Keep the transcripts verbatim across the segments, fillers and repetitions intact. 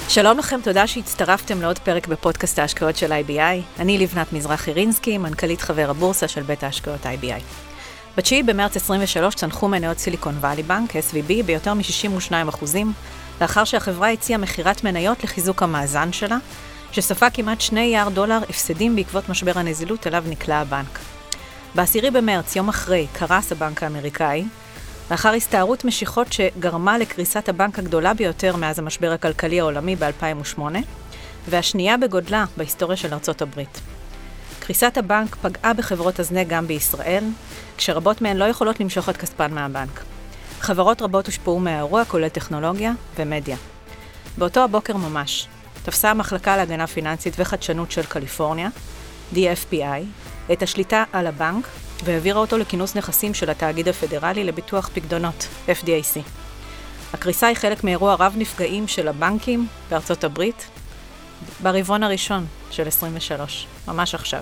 שלום לכם, תודה שהצטרפתם לעוד פרק בפודקאסט ההשקעות של איי בי איי. אני לבנת מזרחי-רינסקי, מנכ"לית חבר הבורסה של בית ההשקעות איי בי איי. בתשיעי במרץ עשרים ושלוש צנחו מניות סיליקון ואלי בנק, אס וי בי, ביותר מ-שישים ושניים אחוזים, לאחר שהחברה הציעה מחירת מניות לחיזוק המאזן שלה, שספק כמעט שני מיליארד דולר הפסדים בעקבות משבר הנזילות אליו נקלע הבנק. בעשירי במרץ, יום אחרי, קרס הבנק האמריקאי, לאחר הסתערות משיכות שגרמה לקריסת הבנק הגדולה ביותר מאז המשבר הכלכלי העולמי ב-אלפיים ושמונה, והשנייה בגודלה בהיסטוריה של ארצות הברית. קריסת הבנק פגעה בחברות הזנק גם בישראל, כשרבות מהן לא יכולות למשוך את כספן מהבנק. חברות רבות הושפעו מהאירוע, כולל טכנולוגיה ומדיה. באותו הבוקר ממש, תפסה המחלקה להגנה פיננסית וחדשנות של קליפורניה, די אף פי איי, את השליטה על הבנק, והעבירה אותו לכינוס נכסים של התאגיד הפדרלי לביטוח פקדונות, אף די איי סי. הקריסה היא חלק מאירוע רב נפגעים של הבנקים בארצות הברית, ברבעון הראשון של עשרים ושלוש, ממש עכשיו.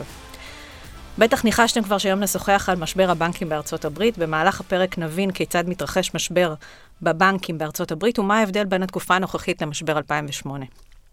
בטח ניחשתם כבר שהיום נשוחח על משבר הבנקים בארצות הברית. במהלך הפרק נבין כיצד מתרחש משבר בבנקים בארצות הברית, ומה ההבדל בין התקופה הנוכחית למשבר אלפיים ושמונה.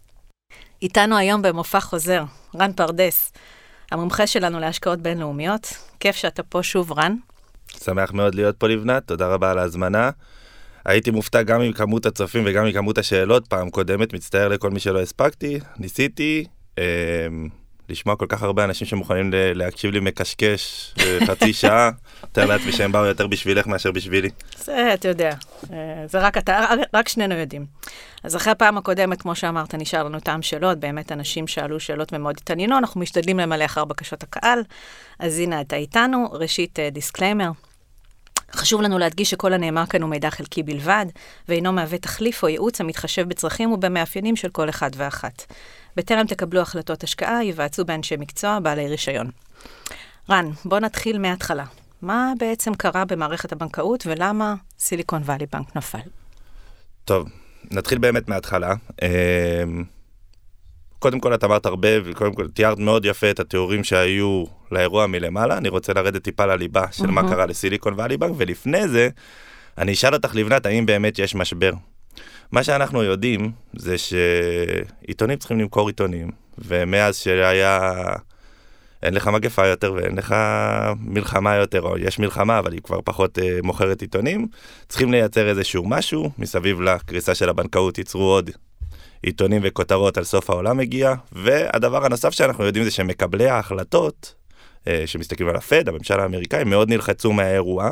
איתנו היום במופע חוזר, רן פרדס, המומחה שלנו להשקעות בינלאומיות. כיף שאתה פה שוב, רן. שמח מאוד להיות פה לבנת, תודה רבה על ההזמנה. הייתי מופתע גם עם כמות הצופים וגם עם כמות השאלות פעם קודמת, מצטער לכל מי שלא הספקתי. ניסיתי אה, לשמוע כל כך הרבה אנשים שמוכנים להקשיב לי מקשקש חצי שעה, יותר לעצמי שהם באו יותר בשבילך מאשר בשבילי. זה, אתה יודע, זה רק אתה, רק שנינו יודעים. אז אחרי הפעם הקודמת, כמו שאמרת, נשאר לנו טעם שאלות, באמת אנשים שאלו שאלות ומאוד התעניינו, אנחנו משתדלים למלא אחר בקשות הקהל, אז הנה אתה איתנו. ראשית, דיסקליימר. חשוב לנו להדגיש שכל הנאמר כאן הוא מידע חלקי בלבד, ואינו מהווה תחליף או ייעוץ המתחשב בצרכים ובמאפיינים של כל אחד ואחת. בטרם תקבלו החלטות השקעה, ייוועצו באנשי מקצוע בעלי רישיון. רן, בוא נתחיל מההתחלה. מה בעצם קרה במערכת הבנקאות ולמה סיליקון ואלי בנק נפל? טוב, נתחיל באמת מההתחלה. קודם כל את אמרת הרבה, וקודם כל תיארת מאוד יפה את התיאורים שהיו לאירוע מלמעלה. אני רוצה לרדת טיפה לליבה של מה קרה לסיליקון ואלי בנק, ולפני זה אני אשאל אותך לבנת, האם באמת יש משבר? מה שאנחנו יודעים זה שעיתונים צריכים למכור עיתונים, ומאז שהיה, אין לך מגפה יותר ואין לך מלחמה יותר, או יש מלחמה אבל היא כבר פחות אה, מוכרת עיתונים, צריכים לייצר איזשהו משהו, מסביב לקריסה של הבנקאות ייצרו עוד עיתונים וכותרות על סוף העולם מגיע, והדבר הנוסף שאנחנו יודעים זה שמקבלי ההחלטות, אה, שמסתכלים על הפד, הממשל האמריקאי, מאוד נלחצו מהאירוע,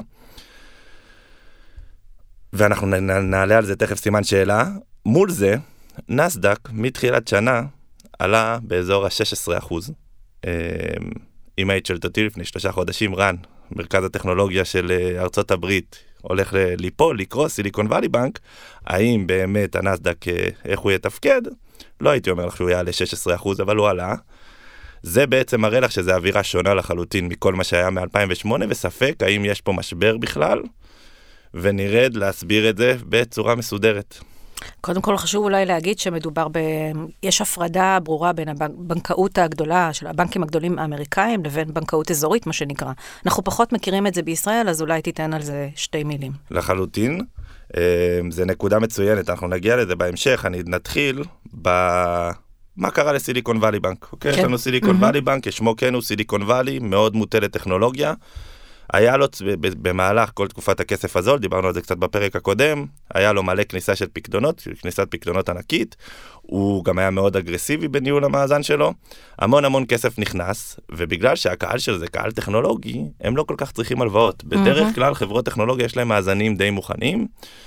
ואנחנו נעלה על זה תכף סימן שאלה. מול זה, נסדק מתחילת שנה עלה באזור ה-שש עשרה אחוז. אם היית שואלת אותי לפני שלושה חודשים, רן, מרכז הטכנולוגיה של ארצות הברית, הולך ליפול, לקרוס, סיליקון ואלי בנק, האם באמת הנסדק, איך הוא יתפקד? לא הייתי אומר לך שהוא יעלה שש עשרה אחוז, אבל הוא עלה. זה בעצם מראה לך שזה אווירה שונה לחלוטין מכל מה שהיה מ-אלפיים ושמונה, וספק האם יש פה משבר בכלל, ונרד להסביר את זה בצורה מסודרת. קודם כל חשוב אולי להגיד שמדובר ב... יש הפרדה ברורה בין הבנקאות הגדולה של הבנקים הגדולים האמריקאים לבין בנקאות אזורית, מה שנקרא. אנחנו פחות מכירים את זה בישראל, אז אולי תיתן על זה שתי מילים. לחלוטין. זה נקודה מצוינת, אנחנו נגיע לזה בהמשך. אני נתחיל ב... מה קרה לסיליקון ואלי בנק? אוקיי? יש לנו סיליקון ואלי בנק, כשמו כן הוא סיליקון ואלי, מאוד מוטה לטכנולוגיה. היה לו, במהלך כל תקופת הכסף הזול, דיברנו על זה קצת בפרק הקודם, היה לו מלא כניסה של פקדונות, כניסת פקדונות ענקית, הוא גם היה מאוד אגרסיבי בניהול המאזן שלו, המון המון כסף נכנס, ובגלל שהקהל של זה קהל טכנולוגי, הם לא כל כך צריכים הלוואות. בדרך כלל חברות טכנולוגיה יש להם מאזנים די מוכנים,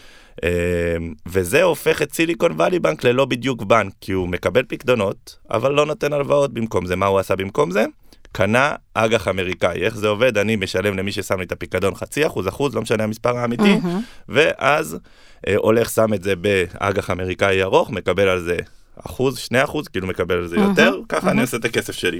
וזה הופך את סיליקון ואלי בנק ללא בדיוק בנק, כי הוא מקבל פקדונות, אבל לא נותן הלוואות במקום זה. מה הוא עשה במקום זה? קנה אג"ח אמריקאי. איך זה עובד? אני משלם למי ששם לי את הפיקדון חצי אחוז, אחוז, לא משנה המספר האמיתי, mm-hmm. ואז אה, הולך שם את זה באג"ח אמריקאי ירוך, מקבל על זה אחוז, שני אחוז, כאילו מקבל על זה mm-hmm. יותר, ככה mm-hmm. אני עושה את הכסף שלי.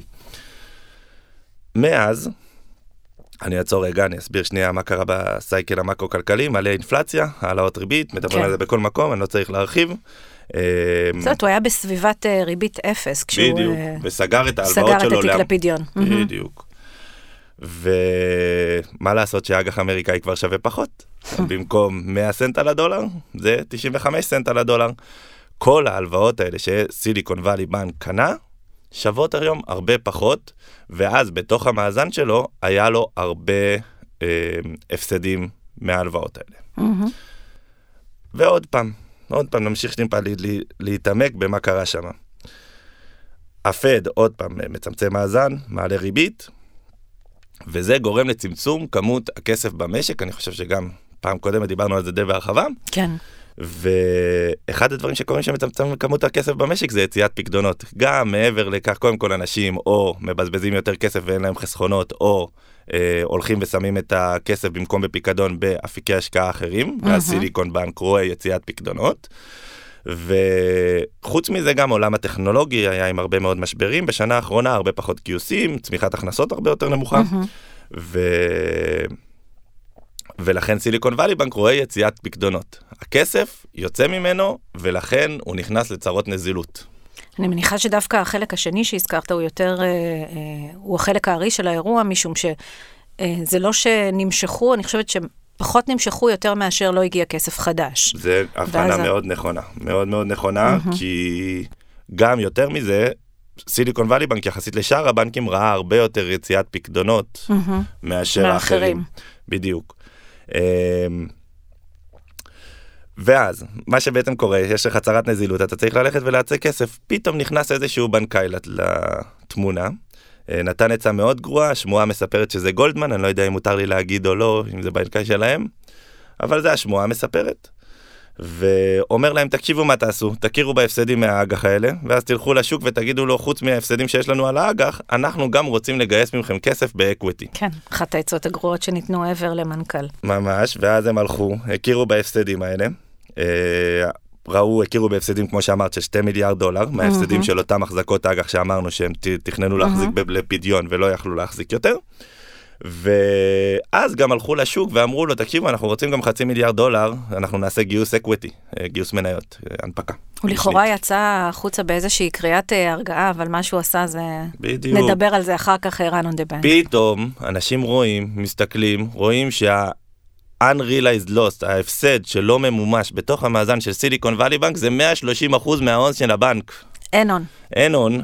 מאז, אני אעצור רגע, אני אסביר שנייה מה קרה בסייקל המקרו-כלכלי, מלא אינפלציה, העלאות ריבית, מדברים okay. על זה בכל מקום, אני לא צריך להרחיב. זאת, הוא היה בסביבת ריבית אפס, כשהוא בדיוק, וסגר את ההלוואות שלו. סגר את התיק לפדיון. בדיוק. ומה לעשות שהאג"ח האמריקאי כבר שווה פחות? במקום מאה סנט על הדולר, זה תשעים וחמישה סנט על הדולר. כל ההלוואות האלה שסיליקון ואלי בנק קנה, שוות היום הרבה פחות, ואז בתוך המאזן שלו היה לו הרבה אה, הפסדים מההלוואות האלה. Mm-hmm. ועוד פעם, עוד פעם נמשיך שנייה לי, לי, להתעמק במה קרה שם. הפד עוד פעם מצמצם מאזן, מעלה ריבית, וזה גורם לצמצום כמות הכסף במשק, אני חושב שגם פעם קודמת דיברנו על זה די בהרחבה. כן. ואחד הדברים שקוראים שמצמצם כמות הכסף במשק זה יציאת פקדונות. גם מעבר לכך, קודם כל אנשים או מבזבזים יותר כסף ואין להם חסכונות, או אה, הולכים ושמים את הכסף במקום בפיקדון באפיקי השקעה אחרים, mm-hmm. והסיליקון בנק רואה יציאת פקדונות. וחוץ מזה גם עולם הטכנולוגי היה עם הרבה מאוד משברים, בשנה האחרונה הרבה פחות גיוסים, צמיחת הכנסות הרבה יותר נמוכה, mm-hmm. ו... ולכן סיליקון ואלי בנק רואה יציאת פקדונות. הכסף יוצא ממנו, ולכן הוא נכנס לצרות נזילות. אני מניחה שדווקא החלק השני שהזכרת הוא יותר, אה, אה, הוא החלק הארי של האירוע, משום שזה לא שנמשכו, אני חושבת שפחות נמשכו יותר מאשר לא הגיע כסף חדש. זה הבחנה מאוד נכונה, מאוד מאוד נכונה, mm-hmm. כי גם יותר מזה, סיליקון ואלי בנק יחסית לשאר הבנקים ראה הרבה יותר יציאת פקדונות mm-hmm. מאשר האחרים. בדיוק. ואז, מה שבעצם קורה, יש לך צרת נזילות, אתה צריך ללכת ולהצא כסף, פתאום נכנס איזשהו בנקאי לתמונה, נתן עצה מאוד גרועה, שמועה מספרת שזה גולדמן, אני לא יודע אם מותר לי להגיד או לא, אם זה בנקאי שלהם, אבל זה השמועה מספרת, ואומר להם, תקשיבו מה תעשו, תכירו בהפסדים מהאג"ח האלה, ואז תלכו לשוק ותגידו לו, חוץ מההפסדים שיש לנו על האג"ח, אנחנו גם רוצים לגייס ממכם כסף באקוויטי. כן, אחת העצות הגרועות שניתנו עבר למנכ"ל. ממש, ואז הם הלכו, הכירו בהפסדים האלה, ראו, הכירו בהפסדים, כמו שאמרת, של שתי מיליארד דולר, מההפסדים של אותם החזקות האג"ח שאמרנו שהם תכננו להחזיק לפדיון ולא יכלו להחזיק יותר. ואז גם הלכו לשוק ואמרו לו, תקשיבו, אנחנו רוצים גם חצי מיליארד דולר, אנחנו נעשה גיוס אקוויטי, גיוס מניות, הנפקה. הוא לכאורה יצא חוצה באיזושהי קריאת הרגעה, אבל מה שהוא עשה זה... בדיוק. נדבר על זה אחר כך, run on the bank. פתאום, אנשים רואים, מסתכלים, רואים שה-unrealized loss, ההפסד שלא ממומש בתוך המאזן של סיליקון ואלי בנק, זה מאה ושלושים אחוז מההון של הבנק. אין הון. אין הון.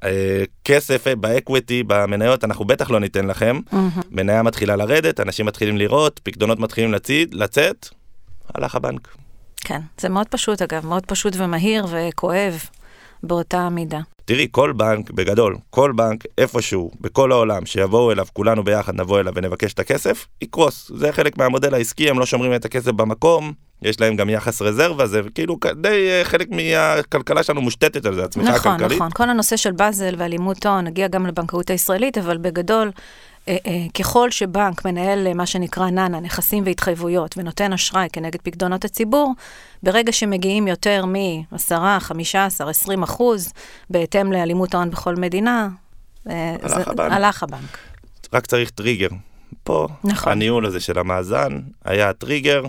כסף באקוויטי, במניות, אנחנו בטח לא ניתן לכם. מניה מתחילה לרדת, אנשים מתחילים לראות, פקדונות מתחילים לצאת, הלך הבנק. כן, זה מאוד פשוט אגב, מאוד פשוט ומהיר וכואב באותה מידה. תראי, כל בנק, בגדול, כל בנק, איפשהו, בכל העולם, שיבואו אליו, כולנו ביחד נבוא אליו ונבקש את הכסף, יקרוס. זה חלק מהמודל העסקי, הם לא שומרים את הכסף במקום, יש להם גם יחס רזרבה, זה כאילו די חלק מהכלכלה שלנו מושתתת על זה, הצמיחה נכון, הכלכלית. נכון, נכון. כל הנושא של בזל ואלימות הון, נגיע גם לבנקאות הישראלית, אבל בגדול, אה, אה, ככל שבנק מנהל מה שנקרא נאנה, נכסים והתחייבויות, ונותן אשראי כנגד פקדונות הציבור, ברגע שמגיעים יותר מ-עשרה, חמישה עשר, עשרים אחוז, בהתאם לאלימות ההון בכל מדינה, אה, הלך, זה, הבנק. הלך הבנק. רק צריך טריגר. פה, נכון. הניהול הזה של המאזן, היה טריגר,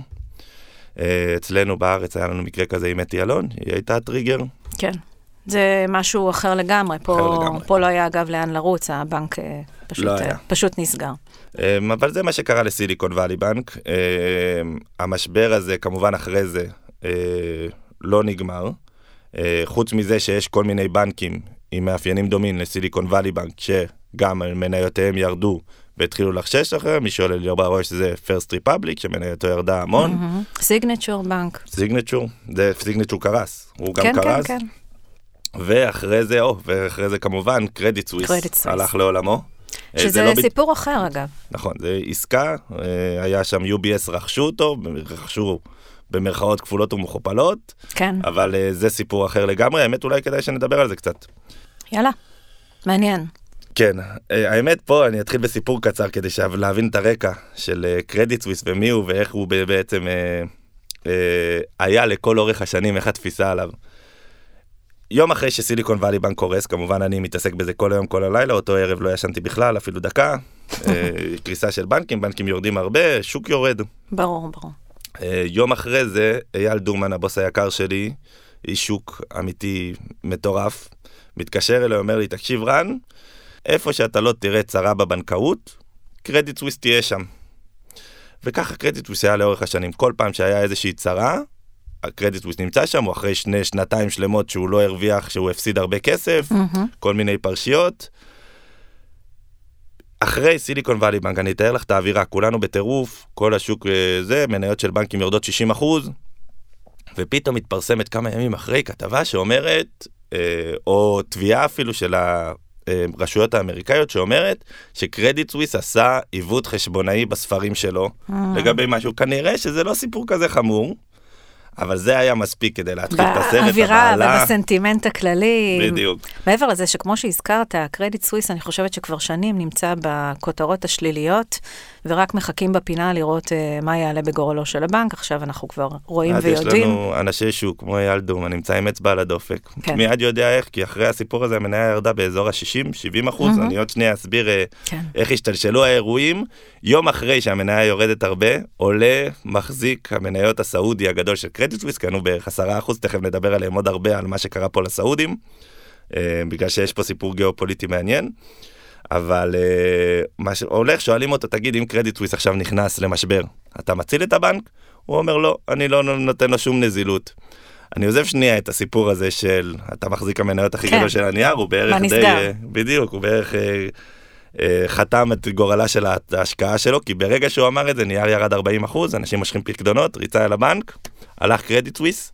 אצלנו בארץ היה לנו מקרה כזה עם אתי אלון, היא הייתה טריגר. כן, זה משהו אחר לגמרי, פה, אחר לגמרי. פה לא היה אגב לאן לרוץ, הבנק פשוט, לא פשוט נסגר. אבל זה מה שקרה לסיליקון ואלי בנק, המשבר הזה כמובן אחרי זה לא נגמר, חוץ מזה שיש כל מיני בנקים עם מאפיינים דומים לסיליקון ואלי בנק, שגם מניותיהם ירדו, והתחילו לחשש אחרי, מי שואל לי רואה שזה First Republic, שמנייתו ירדה המון. סיגנצ'ור בנק. סיגנצ'ור, זה סיגנצ'ור קרס, הוא גם קרס. כן, כן, כן. ואחרי זה, או, ואחרי זה כמובן, קרדיט סוויס הלך לעולמו. שזה סיפור אחר אגב. נכון, זה עסקה, היה שם יו בי אס רכשו אותו, רכשו במרכאות כפולות ומכופלות, כן. אבל זה סיפור אחר לגמרי, האמת אולי כדאי שנדבר על זה קצת. יאללה, מעניין. כן, האמת פה אני אתחיל בסיפור קצר כדי להבין את הרקע של קרדיט סוויס ומי הוא ואיך הוא בעצם אה, אה, היה לכל אורך השנים, איך התפיסה עליו. יום אחרי שסיליקון ואלי בנק קורס, כמובן אני מתעסק בזה כל היום, כל הלילה, אותו ערב לא ישנתי בכלל, אפילו דקה, אה, קריסה של בנקים, בנקים יורדים הרבה, שוק יורד. ברור, ברור. אה, יום אחרי זה, אייל דורמן, הבוס היקר שלי, איש שוק אמיתי מטורף, מתקשר אליי, אומר לי, תקשיב רן, איפה שאתה לא תראה צרה בבנקאות, קרדיט סוויס תהיה שם. וככה קרדיט סוויס היה לאורך השנים. כל פעם שהיה איזושהי צרה, הקרדיט סוויס נמצא שם, הוא אחרי שני שנתיים שלמות שהוא לא הרוויח, שהוא הפסיד הרבה כסף, mm-hmm. כל מיני פרשיות. אחרי סיליקון ואלי בנק, אני אתאר לך את האווירה, כולנו בטירוף, כל השוק זה, מניות של בנקים יורדות שישים אחוז, ופתאום מתפרסמת כמה ימים אחרי כתבה שאומרת, או תביעה אפילו של הרשויות האמריקאיות, שאומרת שקרדיט סוויס עשה עיוות חשבונאי בספרים שלו, לגבי משהו. כנראה שזה לא סיפור כזה חמור, אבל זה היה מספיק כדי להתחיל את הסרט, באווירה ובסנטימנט הכללי. בדיוק. מעבר לזה שכמו שהזכרת, קרדיט סוויס, אני חושבת שכבר שנים נמצא בכותרות השליליות, ורק מחכים בפינה לראות uh, מה יעלה בגורלו של הבנק. עכשיו אנחנו כבר רואים ויודעים. אז יש לנו אנשי שוק, כמו אייל דומן, נמצא עם אצבע על הדופק. כן. מיד יודע איך, כי אחרי הסיפור הזה המניה ירדה באזור ה-שישים שבעים אחוז. Mm-hmm. אני עוד שנייה אסביר כן. איך השתלשלו האירועים. יום אחרי שהמניה יורדת הרבה, עולה מחזיק המניות הסעודי הגדול של קרדיט סוויס, קנו בערך עשרה אחוז, תכף נדבר עליהם עוד הרבה על מה שקרה פה לסעודים, בגלל שיש פה סיפור גיאופוליטי מעניין. אבל מה שהולך, שואלים אותו, תגיד, אם קרדיט סוויס עכשיו נכנס למשבר, אתה מציל את הבנק? הוא אומר, לא, אני לא נותן לו שום נזילות. אני עוזב שנייה את הסיפור הזה של, אתה מחזיק המניות הכי גדול של הנייר, הוא בערך די, בדיוק, הוא בערך חתם את גורלה של ההשקעה שלו, כי ברגע שהוא אמר את זה, נייר ירד ארבעים אחוז, אנשים מושכים פקדונות, ריצה אל הבנק, הלך קרדיט סוויס.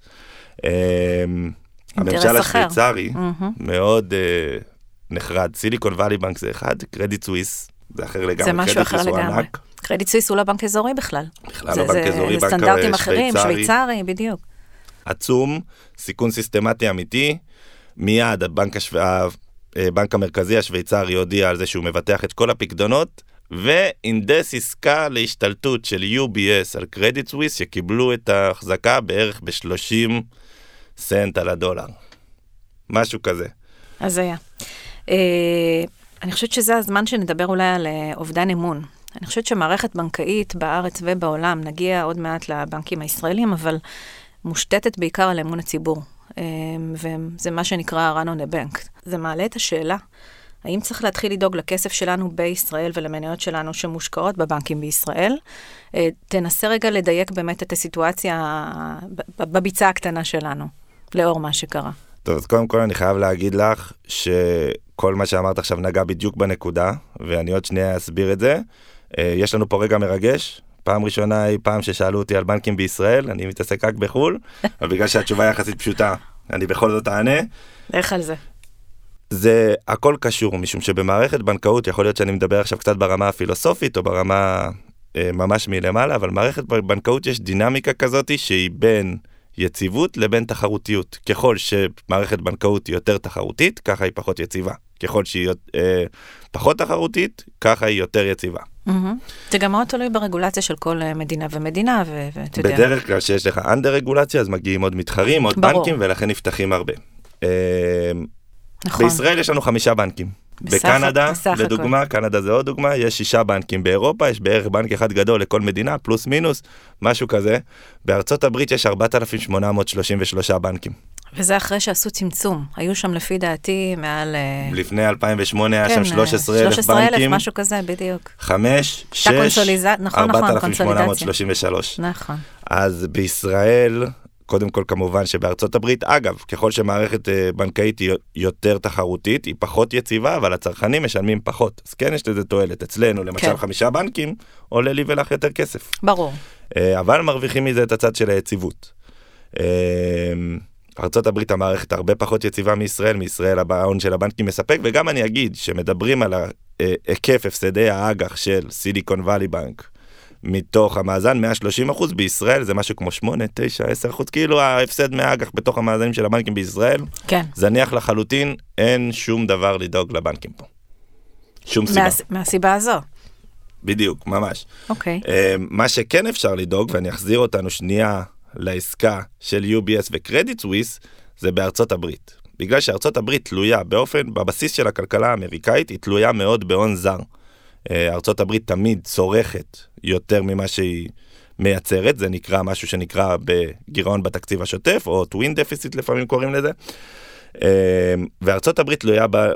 הממשל השוויצרי מאוד נחרד. סיליקון ואלי בנק זה אחד, קרדיט סוויס זה אחר לגמרי. זה משהו אחר לגמרי. קרדיט סוויס הוא לא בנק אזורי בכלל. בכלל לא בנק אזורי, זה סטנדרטים אחרים, שוויצרי, בדיוק. עצום, סיכון סיסטמטי אמיתי, מיד הבנק השוויצרי, בנק המרכזי השוויצרי הודיע על זה שהוא מבטח את כל הפקדונות, ואינדס עסקה להשתלטות של יו בי אס על קרדיט סוויס, שקיבלו את ההחזקה בערך ב-שלושים סנט על הדולר. משהו כזה. אז היה. אני חושבת שזה הזמן שנדבר אולי על אובדן אמון. אני חושבת שמערכת בנקאית בארץ ובעולם, נגיע עוד מעט לבנקים הישראלים, אבל מושתתת בעיקר על אמון הציבור. וזה מה שנקרא run on the bank. זה מעלה את השאלה, האם צריך להתחיל לדאוג לכסף שלנו בישראל ולמניות שלנו שמושקעות בבנקים בישראל? תנסה רגע לדייק באמת את הסיטואציה בביצה הקטנה שלנו, לאור מה שקרה. טוב, אז קודם כל אני חייב להגיד לך שכל מה שאמרת עכשיו נגע בדיוק בנקודה, ואני עוד שנייה אסביר את זה. יש לנו פה רגע מרגש, פעם ראשונה היא פעם ששאלו אותי על בנקים בישראל, אני מתעסק רק בחול, אבל בגלל שהתשובה יחסית פשוטה, אני בכל זאת אענה. איך על זה? זה הכל קשור, משום שבמערכת בנקאות, יכול להיות שאני מדבר עכשיו קצת ברמה הפילוסופית, או ברמה אה, ממש מלמעלה, אבל מערכת בנקאות יש דינמיקה כזאת, שהיא בין יציבות לבין תחרותיות. ככל שמערכת בנקאות היא יותר תחרותית, ככה היא פחות יציבה. ככל שהיא אה, פחות תחרותית, ככה היא יותר יציבה. זה גם מאוד תלוי ברגולציה של כל מדינה ומדינה, ואתה יודע. בדרך כלל שיש לך אנדר רגולציה, אז מגיעים עוד מתחרים, עוד בנקים, ולכן נפתחים הרבה. בישראל יש לנו חמישה בנקים. בקנדה, לדוגמה, קנדה זה עוד דוגמה, יש שישה בנקים. באירופה יש בערך בנק אחד גדול לכל מדינה, פלוס מינוס, משהו כזה. בארצות הברית יש ארבעת אלפים שמונה מאות שלושים ושלושה בנקים. וזה אחרי שעשו צמצום. היו שם לפי דעתי מעל... לפני אלפיים ושמונה היה שם שלושה עשר אלף בנקים. משהו כזה, בדיוק. חמש, שש, ארבעת אלפים שמונה מאות שלושים ושלוש. נכון. אז בישראל, קודם כל כמובן שבארצות הברית, אגב, ככל שמערכת בנקאית היא יותר תחרותית, היא פחות יציבה, אבל הצרכנים משלמים פחות. אז כן יש לזה תועלת. אצלנו, למשל חמישה בנקים, עולה לי ולך יותר כסף. ברור. אבל מרוויחים מזה את הצד של היציבות. ארצות הברית המערכת הרבה פחות יציבה מישראל, מישראל ההון של הבנקים מספק, וגם אני אגיד שמדברים על היקף הפסדי האג"ח של סיליקון ואלי בנק, מתוך המאזן מאה ושלושים אחוז, בישראל זה משהו כמו שמונה, תשע, עשר אחוז, כאילו ההפסד מהאג"ח בתוך המאזנים של הבנקים בישראל, כן. זניח לחלוטין, אין שום דבר לדאוג לבנקים פה. שום סיבה. מה, מהסיבה הזו. בדיוק, ממש. אוקיי. מה שכן אפשר לדאוג, ואני אחזיר אותנו שנייה לעסקה של יו בי אס וקרדיט סוויס, זה בארצות הברית. בגלל שארצות הברית תלויה באופן, בבסיס של הכלכלה האמריקאית, היא תלויה מאוד בהון זר. ארצות הברית תמיד צורכת יותר ממה שהיא מייצרת, זה נקרא משהו שנקרא בגירעון בתקציב השוטף, או טווין דפיסיט לפעמים קוראים לזה. וארצות הברית תלויה ב...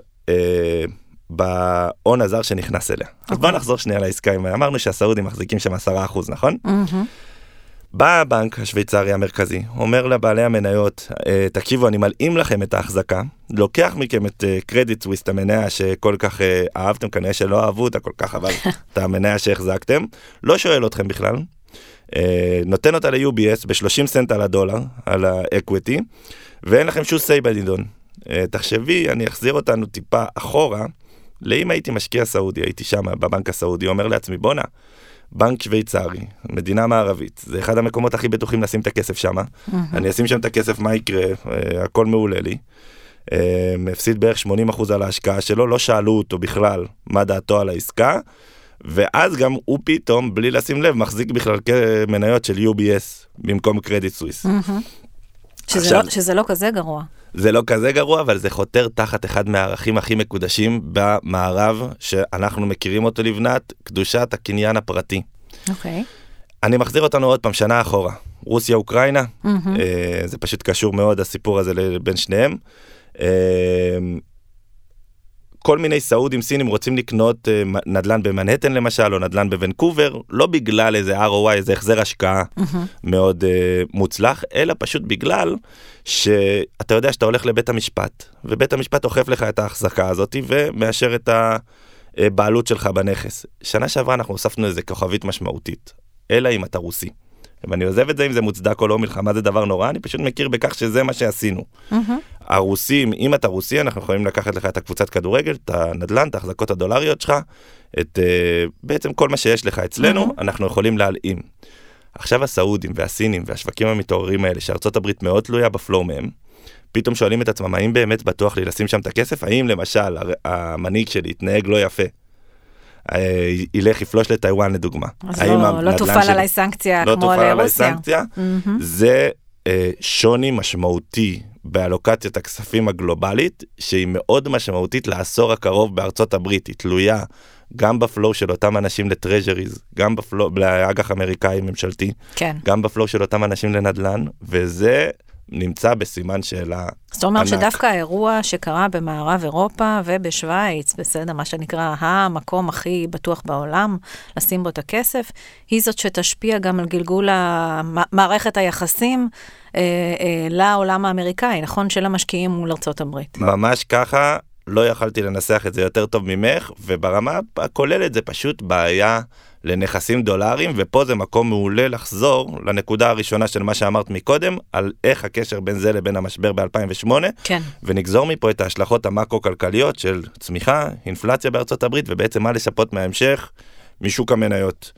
בהון הזר שנכנס אליה. אז בואו נחזור שנייה לעסקה. אמרנו שהסעודים מחזיקים שם עשרה אחוז, נכון? בא הבנק השוויצרי המרכזי, אומר לבעלי המניות, תקשיבו, אני מלאים לכם את ההחזקה, לוקח מכם את קרדיט סוויס, את המניה שכל כך אהבתם, כנראה שלא אהבו אותה כל כך, אבל את המניה שהחזקתם, לא שואל אתכם בכלל, נותן אותה ל-יו בי אס ב-שלושים סנט על הדולר, על האקוויטי, ואין לכם שום סי בנידון. תחשבי, אני אחזיר אותנו טיפה אחורה, לאם הייתי משקיע סעודי, הייתי שם בבנק הסעודי, אומר לעצמי, בונה, בנק שוויצרי, מדינה מערבית, זה אחד המקומות הכי בטוחים לשים את הכסף שם, mm-hmm. אני אשים שם את הכסף, מה יקרה, הכל מעולה לי, הפסיד בערך שמונים אחוז על ההשקעה שלו, לא שאלו אותו בכלל מה דעתו על העסקה, ואז גם הוא פתאום, בלי לשים לב, מחזיק בכלל מניות של יו בי אס, במקום קרדיט סוויס. Mm-hmm. שזה, עכשיו, לא, שזה לא כזה גרוע. זה לא כזה גרוע, אבל זה חותר תחת אחד מהערכים הכי מקודשים במערב, שאנחנו מכירים אותו לבנת, קדושת הקניין הפרטי. אוקיי. Okay. אני מחזיר אותנו עוד פעם שנה אחורה. רוסיה, אוקראינה, mm-hmm. אה, זה פשוט קשור מאוד, הסיפור הזה בין שניהם. אה, כל מיני סעודים, סינים רוצים לקנות אה, נדלן במנהטן למשל, או נדלן בוונקובר, לא בגלל איזה אר או וואי, איזה החזר השקעה mm-hmm. מאוד אה, מוצלח, אלא פשוט בגלל שאתה יודע שאתה הולך לבית המשפט, ובית המשפט אוכף לך את ההחזקה הזאת, ומאשר את הבעלות שלך בנכס. שנה שעברה אנחנו הוספנו איזה כוכבית משמעותית, אלא אם אתה רוסי. ואני עוזב את זה אם זה מוצדק או לא, מלחמה זה דבר נורא, אני פשוט מכיר בכך שזה מה שעשינו. Mm-hmm. הרוסים, אם אתה רוסי, אנחנו יכולים לקחת לך את הקבוצת כדורגל, את הנדלן, את ההחזקות הדולריות שלך, את uh, בעצם כל מה שיש לך אצלנו, mm-hmm. אנחנו יכולים להלאים. עכשיו הסעודים והסינים והשווקים המתעוררים האלה, שארצות הברית מאוד תלויה בפלואו מהם, פתאום שואלים את עצמם, האם באמת בטוח לי לשים שם את הכסף? האם למשל המנהיג שלי יתנהג לא יפה? ילך יפלוש לטיואן לדוגמה. אז לא, לא תופל שלי, עליי סנקציה לא כמו לרוסיה. לא תופל עליי סנקציה. Mm-hmm. זה אה, שוני משמעותי באלוקציית הכספים הגלובלית, שהיא מאוד משמעותית לעשור הקרוב בארצות הברית. היא תלויה גם בפלואו של אותם אנשים לטרז'ריז, גם בפלואו, לאג"ח אמריקאי ממשלתי, כן. גם בפלואו של אותם אנשים לנדלן, וזה נמצא בסימן שאלה ענק. זאת אומרת שדווקא האירוע שקרה במערב אירופה ובשוויץ, בסדר, מה שנקרא המקום הכי בטוח בעולם, לשים בו את הכסף, היא זאת שתשפיע גם על גלגול מערכת היחסים אה, אה, לעולם האמריקאי, נכון? של המשקיעים מול ארצות הברית. ממש ככה, לא יכלתי לנסח את זה יותר טוב ממך, וברמה הכוללת זה פשוט בעיה לנכסים דולרים, ופה זה מקום מעולה לחזור לנקודה הראשונה של מה שאמרת מקודם, על איך הקשר בין זה לבין המשבר ב-אלפיים ושמונה, כן. ונגזור מפה את ההשלכות המקרו-כלכליות של צמיחה, אינפלציה בארצות הברית, ובעצם מה לשפות מההמשך משוק המניות.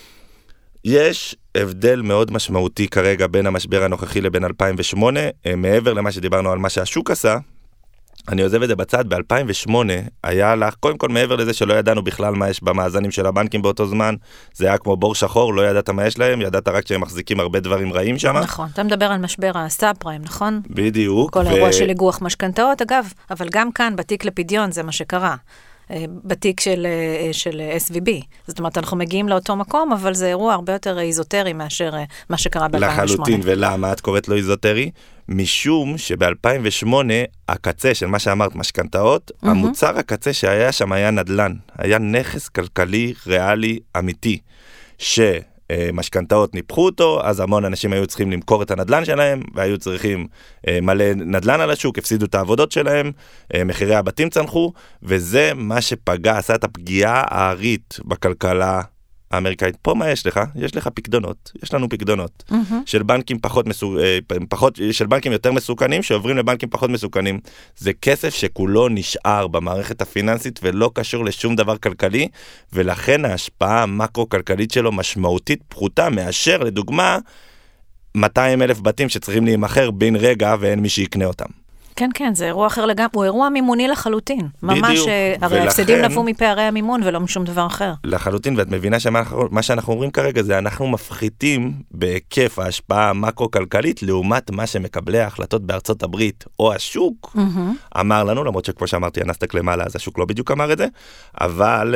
יש הבדל מאוד משמעותי כרגע בין המשבר הנוכחי לבין אלפיים ושמונה, מעבר למה שדיברנו על מה שהשוק עשה, אני עוזב את זה בצד, ב-אלפיים ושמונה היה לך, קודם כל מעבר לזה שלא ידענו בכלל מה יש במאזנים של הבנקים באותו זמן, זה היה כמו בור שחור, לא ידעת מה יש להם, ידעת רק שהם מחזיקים הרבה דברים רעים שם. נכון, אתה מדבר על משבר הסאב פריים, נכון? בדיוק. כל האירוע של איגוח משכנתאות, אגב, אבל גם כאן, בתיק לפדיון, זה מה שקרה. בתיק של, של אס וי בי. זאת אומרת, אנחנו מגיעים לאותו מקום, אבל זה אירוע הרבה יותר איזוטרי מאשר מה שקרה ב-אלפיים ושמונה. לחלוטין, ולמה את קוראת לו איזוטרי? משום שב-אלפיים ושמונה, הקצה של מה שאמרת, משכנתאות, mm-hmm. המוצר הקצה שהיה שם היה נדלן. היה נכס כלכלי ריאלי אמיתי, ש... משכנתאות ניפחו אותו, אז המון אנשים היו צריכים למכור את הנדלן שלהם, והיו צריכים מלא נדלן על השוק, הפסידו את העבודות שלהם, מחירי הבתים צנחו, וזה מה שפגע, עשה את הפגיעה הארית בכלכלה האמריקאית. פה מה יש לך? יש לך פקדונות, יש לנו פקדונות, mm-hmm. של בנקים פחות מסו... פחות... של בנקים יותר מסוכנים, שעוברים לבנקים פחות מסוכנים. זה כסף שכולו נשאר במערכת הפיננסית, ולא קשור לשום דבר כלכלי, ולכן ההשפעה המקרו-כלכלית שלו משמעותית פחותה, מאשר לדוגמה, מאתיים אלף בתים שצריכים להימחר בין רגע, ואין מי שיקנה אותם. כן, כן, זה אירוע אחר לגמרי, הוא אירוע מימוני לחלוטין. ממש, הרי הפסדים נבעו מפערי המימון ולא משום דבר אחר. לחלוטין, ואת מבינה שמה שאנחנו אומרים כרגע זה אנחנו מפחיתים בהיקף ההשפעה המקרו-כלכלית לעומת מה שמקבלי ההחלטות בארצות הברית או השוק אמר לנו, למרות שכמו שאמרתי, הנסדק למעלה, אז השוק לא בדיוק אמר את זה, אבל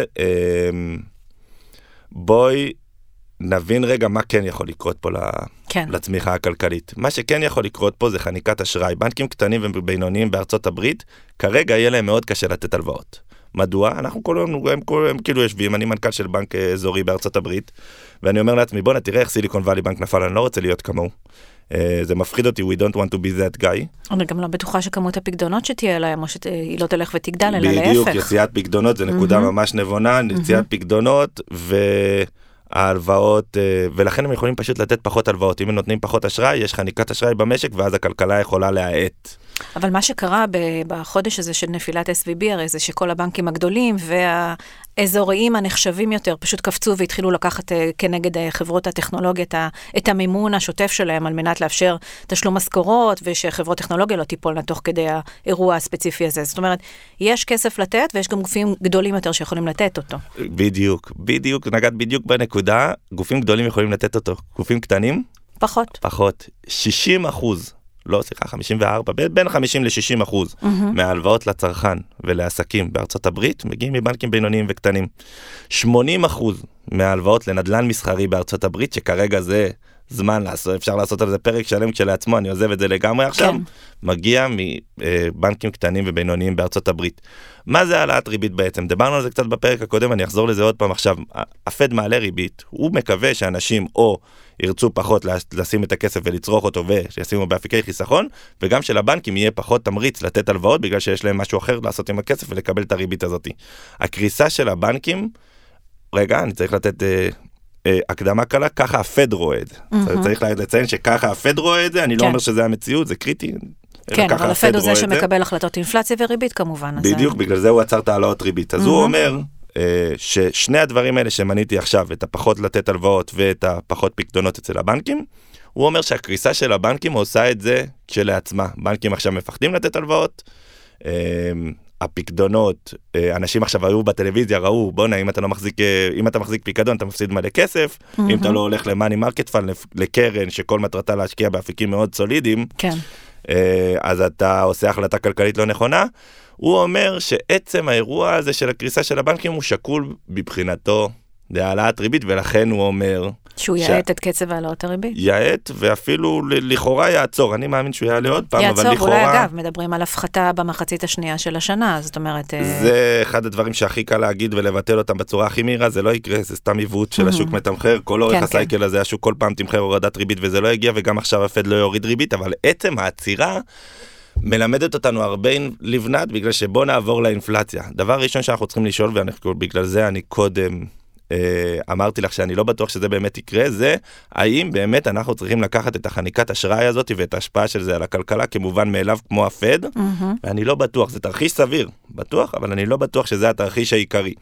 בואי נבין רגע מה כן יכול לקרות פה כן. לצמיחה הכלכלית. מה שכן יכול לקרות פה זה חניקת אשראי. בנקים קטנים ובינוניים בארצות הברית, כרגע יהיה להם מאוד קשה לתת הלוואות. מדוע? אנחנו כל יום, הם, כל, הם כאילו יושבים, אני מנכ"ל של בנק אזורי בארצות הברית, ואני אומר לעצמי, בוא נתראה איך סיליקון ואלי בנק נפל, אני לא רוצה להיות כמוהו. זה מפחיד אותי, we don't want to be that guy. אני גם לא בטוחה שכמות הפקדונות שתהיה להם, או שהיא לא תלך ותגדל, אלא להפך. בדיוק, יציאת פקדונות, זה נקודה ממש נבונה, יציאת פקדונות, וההלוואות, ולכן הם יכולים פשוט לתת פחות הלוואות. אם הם נותנים פחות אשראי, יש חניקת אשראי במשק, ואז הכלכלה יכולה להאט. אבל מה שקרה בחודש הזה של נפילת אס וי בי, הרי זה שכל הבנקים הגדולים והאזוריים הנחשבים יותר פשוט קפצו והתחילו לקחת כנגד חברות הטכנולוגיה את המימון השוטף שלהם על מנת לאפשר תשלום משכורות ושחברות טכנולוגיה לא תיפולנה תוך כדי האירוע הספציפי הזה. זאת אומרת, יש כסף לתת ויש גם גופים גדולים יותר שיכולים לתת אותו. בדיוק, בדיוק, נגעת בדיוק בנקודה, גופים גדולים יכולים לתת אותו. גופים קטנים? פחות. פחות. שישים אחוז. לא, סליחה, חמישים וארבע, בין חמישים ל-שישים אחוז mm-hmm. מההלוואות לצרכן ולעסקים בארצות הברית מגיעים מבנקים בינוניים וקטנים. שמונים אחוז מההלוואות לנדלן מסחרי בארצות הברית, שכרגע זה זמן לעשות, אפשר לעשות על זה פרק שלם כשלעצמו, אני עוזב את זה לגמרי עכשיו, כן. מגיע מבנקים קטנים ובינוניים בארצות הברית. מה זה העלאת ריבית בעצם? דיברנו על זה קצת בפרק הקודם, אני אחזור לזה עוד פעם עכשיו. הפד מעלה ריבית, הוא מקווה שאנשים או ירצו פחות לשים את הכסף ולצרוך אותו וישימו באפיקי חיסכון, וגם שלבנקים יהיה פחות תמריץ לתת הלוואות, בגלל שיש להם משהו אחר לעשות עם הכסף ולקבל את הריבית הזאת. הקריסה של הבנקים, רגע, אני צריך לתת אה, אה, הקדמה קלה, ככה הפד רואה את זה. Mm-hmm. צריך לציין שככה הפד רואה את זה, אני כן. לא אומר שזה המציאות, זה קריטי. כן, אבל הפד הוא זה שמקבל החלטות אינפלציה וריבית כמובן. בדיוק, אז... בגלל זה הוא עצר את העלאות ריבית. אז mm-hmm. הוא אומר אה, ששני הדברים האלה שמניתי עכשיו, את הפחות לתת הלוואות ואת הפחות פקדונות אצל הבנקים, הוא אומר שהקריסה של הבנקים עושה את זה כשלעצמה. בנקים עכשיו מפחדים לתת הלוואות, אה, הפקדונות, אנשים עכשיו היו בטלוויזיה, ראו, בונה, אם אתה לא מחזיק, אם אתה מחזיק פיקדון, אתה מפסיד מלא כסף, mm-hmm. אם אתה לא הולך למאני מרקט פאנד, לקרן, שכל מטרתה להשקיע באפיקים מאוד סולידיים, כן. אז אתה עושה החלטה כלכלית לא נכונה. הוא אומר שעצם האירוע הזה של הקריסה של הבנקים, הוא שקול בבחינתו להעלאת ריבית, ולכן הוא אומר... שהוא יעט את קצב העלאות הריבית. יעט, ואפילו לכאורה יעצור. אני מאמין שהוא יעלה עוד פעם, אבל לכאורה... יעצור, אולי אגב, מדברים על הפחתה במחצית השנייה של השנה, זאת אומרת... זה אחד הדברים שהכי קל להגיד ולבטל אותם בצורה הכי מהירה, זה לא יקרה, זה סתם עיוות של השוק מתמחר, כל אורך הסייקל הזה, השוק כל פעם תמחר הורדת ריבית, וזה לא הגיע, וגם עכשיו הפד לא יוריד ריבית, אבל עצם העצירה מלמדת אותנו הרבה לבנת, בגלל שבוא נעבור לאינפלציה. דבר ראשון שאנחנו צריכים לשאול, ובגלל זה אני קודם אמרתי לך שאני לא בטוח שזה באמת יקרה, זה האם באמת אנחנו צריכים לקחת את החניקת אשראי הזאת ואת ההשפעה של זה על הכלכלה כמובן מאליו כמו הפד, mm-hmm. ואני לא בטוח, זה תרחיש סביר, בטוח, אבל אני לא בטוח שזה התרחיש העיקרי.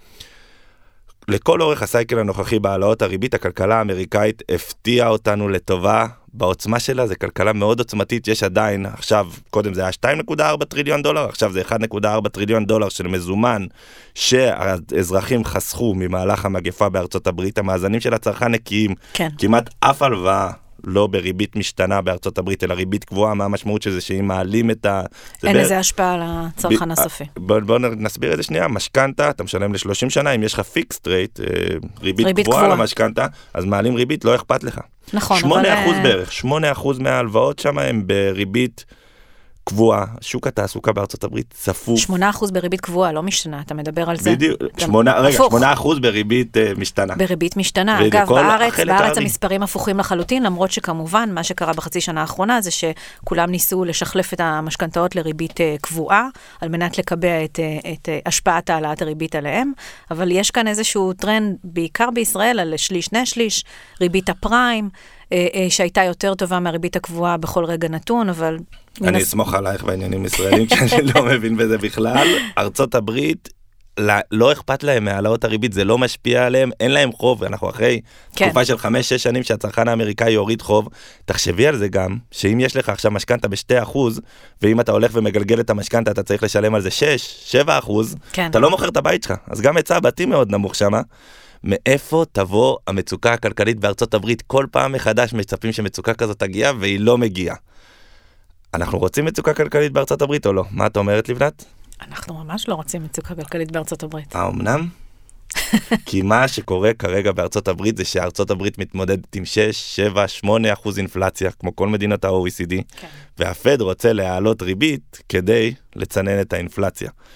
לכל אורך הסייקל הנוכחי בהעלאות הריבית, הכלכלה האמריקאית הפתיעה אותנו לטובה בעוצמה שלה, זה כלכלה מאוד עוצמתית, יש עדיין, עכשיו, קודם זה היה שתיים נקודה ארבע טריליון דולר, עכשיו זה אחד נקודה ארבע טריליון דולר של מזומן, שהאזרחים חסכו ממהלך המגפה בארצות הברית, המאזנים של הצרכן נקיים, כן. כמעט אף הלוואה, לא בריבית משתנה בארצות הברית, אלא ריבית קבועה, מה המשמעות של זה, שאם מעלים את ה... אין איזה השפעה על הצרכן הסופי. בואו נסביר את זה שנייה, משכנתה, אתה משלם ל-שלושים שנה, אם יש לך פיקסט רייט, ריבית קבועה למשכנתה, אז מעלים ריבית, לא אכפת לך. נכון, אבל... שמונה אחוז בערך, שמונה אחוז מההלוואות שם הם בריבית קבועה, שוק התעסוקה בארצות הברית צפוף. שמונה אחוז בריבית קבועה, לא משתנה, אתה מדבר על זה. בדיוק, שמונה, רגע, שמונה אחוז בריבית uh, משתנה. בריבית משתנה. אגב, בארץ, בארץ המספרים הפוכים לחלוטין, למרות שכמובן, מה שקרה בחצי שנה האחרונה, זה שכולם ניסו לשחלף את המשכנתאות לריבית uh, קבועה, על מנת לקבע את, uh, את uh, השפעת העלאת הריבית עליהם, אבל יש כאן איזשהו טרנד, בעיקר בישראל, על שליש, שני שליש, ריבית הפריים, שהייתה יותר טובה מהריבית הקבועה בכל רגע נתון, אבל... אני אסמוך עלייך בעניינים ישראלים, כי אני לא מבין בזה בכלל. ארצות הברית, לא אכפת להם מהעלאות הריבית, זה לא משפיע עליהם, אין להם חוב, אנחנו אחרי תקופה של חמש, שש שנים שהצרכן האמריקאי יוריד חוב, תחשבי על זה גם, שאם יש לך עכשיו משכנתה בשתי אחוז, ואם אתה הולך ומגלגל את המשכנתה, אתה צריך לשלם על זה שש, שבע אחוז, אתה לא מוכר את הבית שלך, אז גם היצע הבתים מאוד נמוך שמה, מאיפה תבוא המצוקה הכלכלית בארצות הברית? כל פעם מחדש מצפים שמצוקה כזאת תגיע, והיא לא מגיעה. אנחנו רוצים מצוקה כלכלית בארצות הברית או לא? מה את אומרת, לבנת? אנחנו ממש לא רוצים מצוקה כלכלית בארצות הברית. האמנם? כי מה שקורה כרגע בארצות הברית זה שארצות הברית מתמודדת עם שש, שבע, שמונה אחוז אינפלציה, כמו כל מדינות ה-או אי סי די, כן. והפד רוצה להעלות ריבית כדי לצנן את האינפלציה.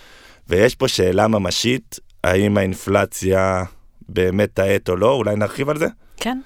ויש פה שאלה ממשית, האם האינפלציה באמת תעט או לא, אולי נרחיב על זה? כן.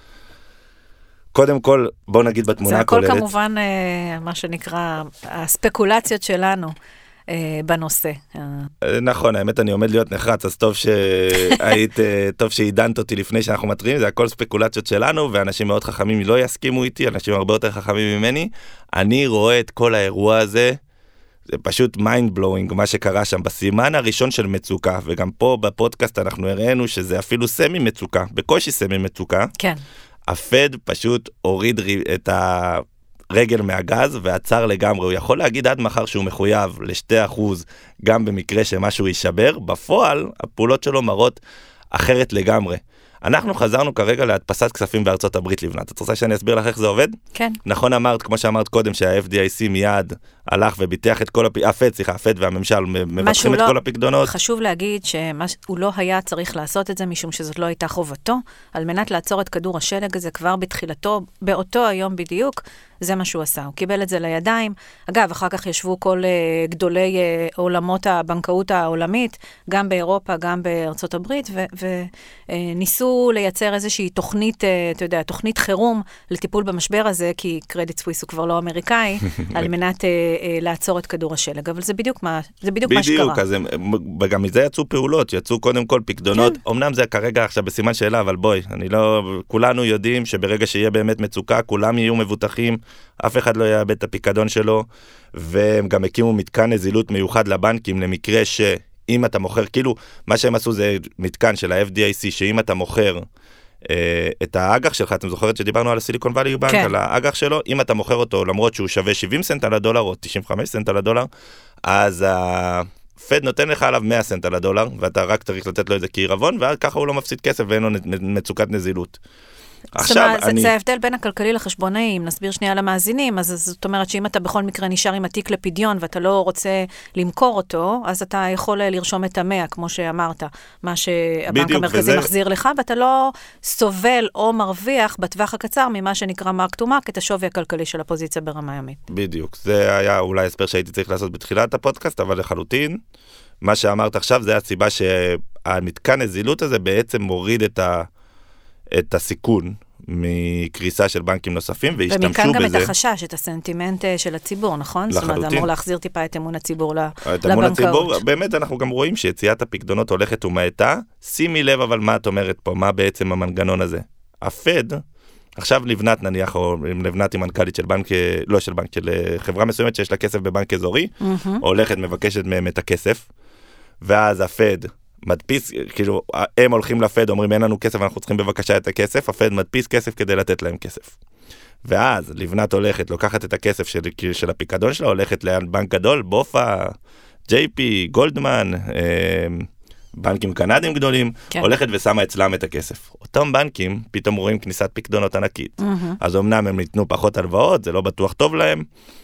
קודם כל, בואו נגיד בתמונה הכוללת. זה הכל כמובן, מה שנקרא, הספקולציות שלנו בנושא. נכון, האמת אני עומד להיות נחרץ, אז טוב שהיית, טוב שהידנת אותי לפני שאנחנו מטרים, זה הכל ספקולציות שלנו, ואנשים מאוד חכמים לא יסכימו איתי, אנשים הרבה יותר חכמים ממני. אני רואה את כל האירוע הזה, זה פשוט mind blowing, מה שקרה שם בסימן הראשון של מצוקה, וגם פה בפודקאסט אנחנו הראינו שזה אפילו סמי מצוקה, בקושי סמי מצוקה. כן. הפד פשוט הוריד את הרגל מהגז ועצר לגמרי. הוא יכול להגיד עד מחר שהוא מחויב לשתי אחוז, גם במקרה שמשהו יישבר. בפועל, הפעולות שלו מראות אחרת לגמרי. אנחנו חזרנו כרגע להדפסת כספים בארצות הברית לבנת. את רוצה שאני אסביר לך איך זה עובד? כן. נכון אמרת, כמו שאמרת קודם, שה-אף די איי סי מיד הלך וביטח את כל הפ... הפד, סליחה, הפד והממשל מבטחים את לא... כל הפקדונות. חשוב להגיד שהוא לא היה צריך לעשות את זה, משום שזאת לא הייתה חובתו, על מנת לעצור את כדור השלג הזה כבר בתחילתו, באותו היום בדיוק, זה מה שהוא עשה. הוא קיבל את זה לידיים. אגב, אחר כך ישבו כל uh, גדולי uh, עולמות הבנקאות העולמית, גם באירופה, גם בארצות הברית, וניסו uh, לייצר איזושהי תוכנית, uh, אתה יודע, תוכנית חירום לטיפול במשבר הזה, כי קרדיט סוויס הוא כבר לא אמריקאי, על מנת uh, uh, לעצור את כדור השלג. אבל זה בדיוק מה, זה בדיוק, בדיוק מה שקרה. בדיוק, אז הם, וגם מזה יצאו פעולות, יצאו קודם כל פקדונות. כן. אמנם זה כרגע עכשיו בסימן שאלה, אבל בואי, אני לא, כולנו יודעים שברגע שיהיה באמת מצוקה, כולם יהיו מבוטחים, אף אחד לא יאבד את הפיקדון שלו, והם גם הקימו מתקן נזילות מיוחד לבנקים, למקרה שאם אתה מוכר, כאילו, מה שהם עשו זה מתקן של ה-אף די איי סי, שאם אתה מוכר אה, את האג"ח שלך, אתם זוכרת שדיברנו על הסיליקון ואלי בנק, כן. על האג"ח שלו, אם אתה מוכר אותו, למרות שהוא שווה שבעים סנט על הדולר, או תשעים וחמישה סנט על הדולר, אז הפד נותן לך עליו מאה סנט על הדולר, ואתה רק צריך לתת לו את זה כעירבון, וככה הוא לא מפסיד כסף, ואין לו מצוקת נזילות. עכשיו, זה, אני... זה ההבדל בין הכלכלי לחשבונאי, אם נסביר שנייה למאזינים, אז זאת אומרת שאם אתה בכל מקרה נשאר עם התיק לפדיון, ואתה לא רוצה למכור אותו, אז אתה יכול לרשום את המאה, כמו שאמרת, מה שהבנק המרכזי וזה... מחזיר לך, ואתה לא סובל או מרוויח בטווח הקצר, ממה שנקרא מרק טו מרק, את השווי הכלכלי של הפוזיציה ברמה ימית. בדיוק, זה היה אולי הסבר שהייתי צריך לעשות בתחילת הפודקאסט, אבל לחלוטין, מה שאמרת עכשיו, זה הסיבה שהמתקן נזילות הזה בעצם מוריד את ה... את הסיכון מקריסה של בנקים נוספים, והשתמשו בזה. ומכאן גם את החשש, את הסנטימנט של הציבור, נכון? לחלוטין. זאת אומרת, זה אמור להחזיר טיפה את אמון הציבור לבנקאות. את אמון הציבור, באמת אנחנו גם רואים שיציאת הפקדונות הולכת ומעטה. שימי לב אבל מה את אומרת פה, מה בעצם המנגנון הזה. הפד, עכשיו לבנת נניח, או לבנת היא מנכ"לית של בנק, לא של בנק, של חברה מסוימת שיש לה כסף בבנק אזורי, mm-hmm. הולכת מבקשת מהם את הכסף, ואז הפד מדפיס, כאילו, הם הולכים לפד, אומרים, אין לנו כסף, אנחנו צריכים בבקשה את הכסף, הפד מדפיס כסף כדי לתת להם כסף. ואז, לבנת הולכת, לוקחת את הכסף של, של הפיקדון שלה, הולכת לבנק גדול, בופה, ג'יי פי, גולדמן, בנקים קנדים גדולים, כן. הולכת ושמה אצלם את הכסף. אותם בנקים, פתאום רואים כניסת פיקדונות ענקית. Mm-hmm. אז אמנם הם ניתנו פחות הלוואות, זה לא בטוח טוב להם,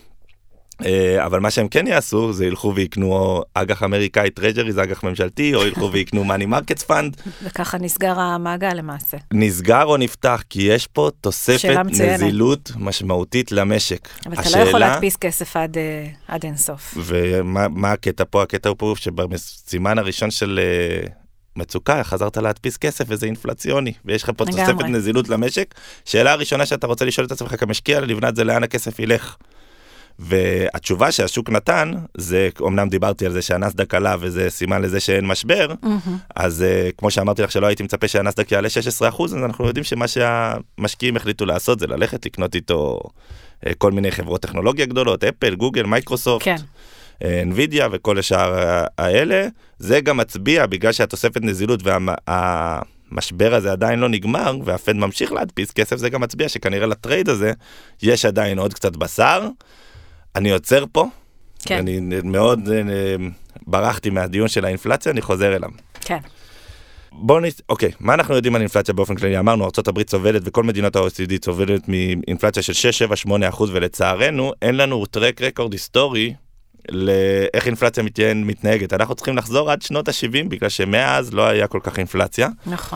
אבל מה שהם כן יעשו, זה ילכו ויקנו אג"ח אמריקאי טרז'רי, זה אג"ח ממשלתי, או ילכו ויקנו מאני מרקטס פאנד. וככה נסגר המעגל למעשה. נסגר או נפתח, כי יש פה תוספת נזילות משמעותית למשק. אבל אתה לא יכול להדפיס כסף עד, עד אינסוף. ומה הקטע פה? הקטע הוא פה שבסימן הראשון של מצוקה, חזרת להדפיס כסף וזה אינפלציוני, ויש לך פה תוספת נזילות למשק. שאלה הראשונה שאתה רוצה לשאול את עצמך כמשקיע, לבנת זה לאן הכסף ילך. והתשובה שהשוק נתן, זה, אמנם דיברתי על זה שהנסדק עלה, וזה סימן לזה שאין משבר, mm-hmm. אז uh, כמו שאמרתי לך שלא הייתי מצפה שהנסדק יעלה שש עשרה אחוז, אז אנחנו יודעים שמה שהמשקיעים החליטו לעשות, זה ללכת לקנות איתו uh, כל מיני חברות טכנולוגיה גדולות, אפל, גוגל, מייקרוסופט, כן. uh, NVIDIA וכל השאר האלה. זה גם מצביע, בגלל שהתוספת נזילות והמשבר הזה עדיין לא נגמר, והפד ממשיך להדפיס כסף, זה גם מצביע שכנראה לטרייד הזה יש עדיין עוד קצת בשר. אני עוצר פה, כן. אני מאוד ברחתי מהדיון של האינפלציה, אני חוזר אליו. כן. בואו נס... אוקיי, מה אנחנו יודעים על אינפלציה באופן כללי? אמרנו, ארצות הברית סובלת וכל מדינות ה-או אי סי די סובלת מאינפלציה של שש, שבע, שמונה אחוז, ולצערנו אין לנו טרק רקורד היסטורי לאיך אינפלציה מתנהגת. אנחנו צריכים לחזור עד שנות ה-שבעים, בגלל שמאז לא היה כל כך אינפלציה. נכון.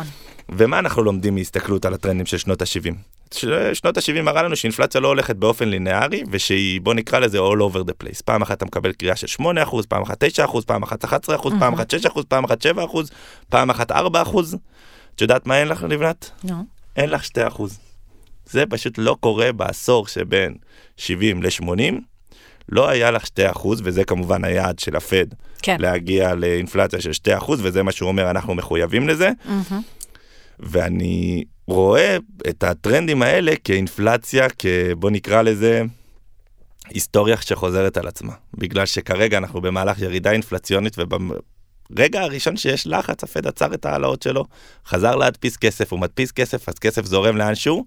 ומה אנחנו לומדים מהסתכלות על הטרנדים של שנות ה-שבעים? שנות ה-שבעים מראה לנו שאינפלציה לא הולכת באופן לינארי, ושהיא, בוא נקרא לזה all over the place. פעם אחת אתה מקבל קריאה של שמונה אחוז, פעם אחת תשע אחוז, פעם אחת אחת עשרה אחוז, פעם אחת שש אחוז, פעם אחת שבע אחוז, פעם אחת ארבע אחוז. את יודעת מה אין לך, לבנת? לא. אין לך שתי אחוז. זה פשוט לא קורה בעשור שבין שבעים ל-שמונים, לא היה לך שתי אחוז, וזה כמובן היעד של הפד, כן. להגיע לאינפלציה של שתי אחוז, וזה מה שהוא אומר, אנחנו מחויבים לזה. Mm-hmm. ואני רואה את הטרנדים האלה כאינפלציה, בוא נקרא לזה, היסטוריה שחוזרת על עצמה. בגלל שכרגע אנחנו במהלך ירידה אינפלציונית, וברגע הראשון שיש לחץ, הפד עצר את העלאות שלו, חזר להדפיס כסף, הוא מדפיס כסף, אז כסף זורם לאנשהו,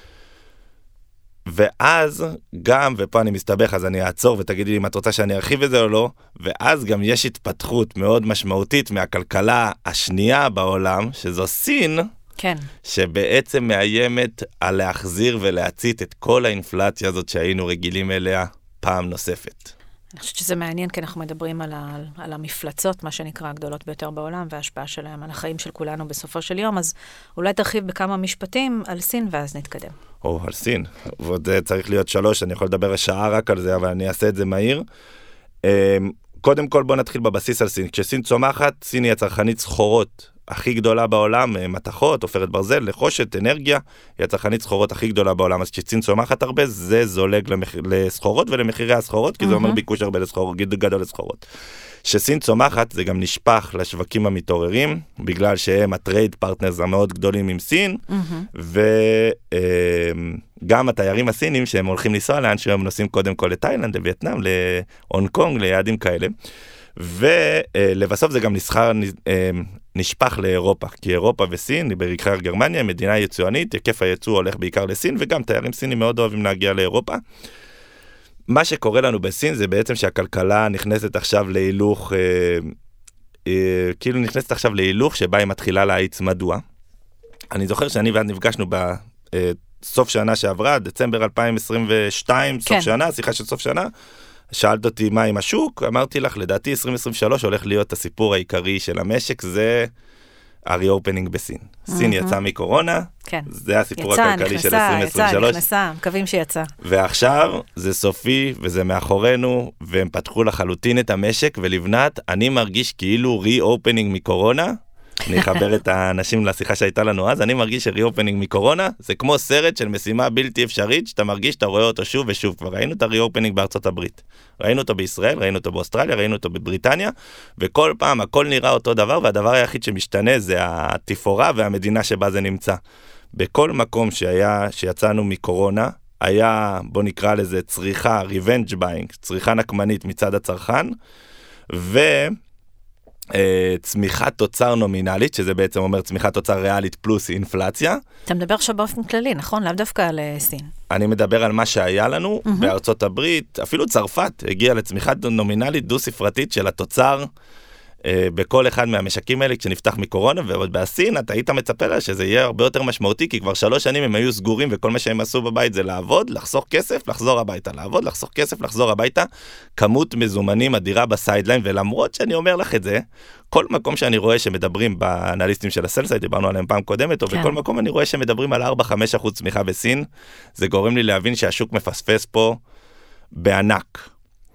ואז גם, ופה אני מסתבך, אז אני אעצור ותגידי לי אם את רוצה שאני ארחיב את זה או לא, ואז גם יש התפתחות מאוד משמעותית מהכלכלה השנייה בעולם, שזו סין, כן. שבעצם מאיימת על להחזיר ולהצית את כל האינפלציה הזאת שהיינו רגילים אליה פעם נוספת. אני חושבת שזה מעניין, כי אנחנו מדברים על, ה, על המפלצות, מה שנקרא הגדולות ביותר בעולם, וההשפעה שלהם על החיים של כולנו בסופו של יום, אז אולי תרחיב בכמה משפטים על סין, ואז נתקדם. או, על סין. ועוד צריך להיות שלוש, אני יכול לדבר שעה רק על זה, אבל אני אעשה את זה מהיר. קודם כל בוא נתחיל בבסיס על סין. כשסין צומחת, סין היא הצרכנית סחורות הכי גדולה בעולם, מתכות, עופרת ברזל, לחושת, אנרגיה, היא הצרכנית סחורות הכי גדולה בעולם, אז כשסין צומחת הרבה, זה זולג למח... לסחורות ולמחירי הסחורות, כי זה אומר ביקוש הרבה לסחורות, גדול לסחורות. כשסין צומחת, זה גם נשפך לשווקים המתעוררים, בגלל שהם הטרייד פרטנרס המאוד גדולים עם סין, וגם התיירים הסינים שהם הולכים לנסוע לאן שהם נוסעים קודם כל לתאילנד, לווייטנאם, להונג קונג, ליעדים כאלה. ולבסוף זה גם נסחר נשפך לאירופה, כי אירופה וסין, בעיקר גרמניה, מדינה יצואנית, היקף היצוא הולך בעיקר לסין, וגם תיירים סינים מאוד אוהבים להגיע לאירופה. מה שקורה לנו בסין זה בעצם שהכלכלה נכנסת עכשיו להילוך, אה, אה, כאילו נכנסת עכשיו להילוך שבה היא מתחילה להאיץ מדוע. אני זוכר שאני ואת נפגשנו בסוף שנה שעברה, דצמבר אלפיים עשרים ושתיים, סוף כן. שנה, שיחה של סוף שנה, שאלת אותי מה עם השוק, אמרתי לך, לדעתי עשרים עשרים ושלוש הולך להיות הסיפור העיקרי של המשק, זה הרי-אופנינג בסין. סין יצא מקורונה, כן. זה הסיפור יצא, הכלכלי נכנסה, של עשרים עשרים ושלוש. יצא, נכנסה, מקווים שיצא. ועכשיו זה סופי וזה מאחורינו, והם פתחו לחלוטין את המשק, ולבנת, אני מרגיש כאילו רי-אופנינג מקורונה, אני אחבר את האנשים לשיחה שהייתה לנו אז, אני מרגיש שרי-אופנינג מקורונה, זה כמו סרט של משימה בלתי אפשרית, שאתה מרגיש שאתה רואה אותו שוב ושוב. כבר ראינו את הרי-אופנינג בארצות הברית, ראינו אותו בישראל, ראינו אותו באוסטרליה, ראינו אותו בבריטניה, וכל פעם הכל נראה אותו דבר, והדבר היחיד שמשתנה זה התפאורה והמדינה שבה זה נמצא. בכל מקום שהיה, שיצאנו מקורונה, היה, בוא נקרא לזה, צריכה, revenge buying, צריכה נקמנית מצד הצרכן, ו... צמיחת תוצר נומינלית, שזה בעצם אומר צמיחת תוצר ריאלית פלוס אינפלציה. אתה מדבר עכשיו באופן כללי, נכון? לאו דווקא על סין. אני מדבר על מה שהיה לנו mm-hmm. בארצות הברית, אפילו צרפת הגיעה לצמיחת נומינלית דו-ספרתית של התוצר אה, בכל אחד מהמשקים האלה כשנפתח מקורונה, ועוד בסין אתה היית מצפה לה שזה יהיה הרבה יותר משמעותי, כי כבר שלוש שנים הם היו סגורים וכל מה שהם עשו בבית זה לעבוד, לחסוך כסף, לחזור הביתה, לעבוד, לחסוך כסף, לחזור הביתה, כמות מזומנים אדירה בסיידליין, ולמרות שאני אומר לך את זה, כל מקום שאני רואה שמדברים באנליסטים של הסלסייד, דיברנו עליהם פעם קודמת, כן. ובכל מקום אני רואה שמדברים על ארבע עד חמש אחוז צמיחה בסין, זה גורם לי להבין שהשוק מפספס פה בענק.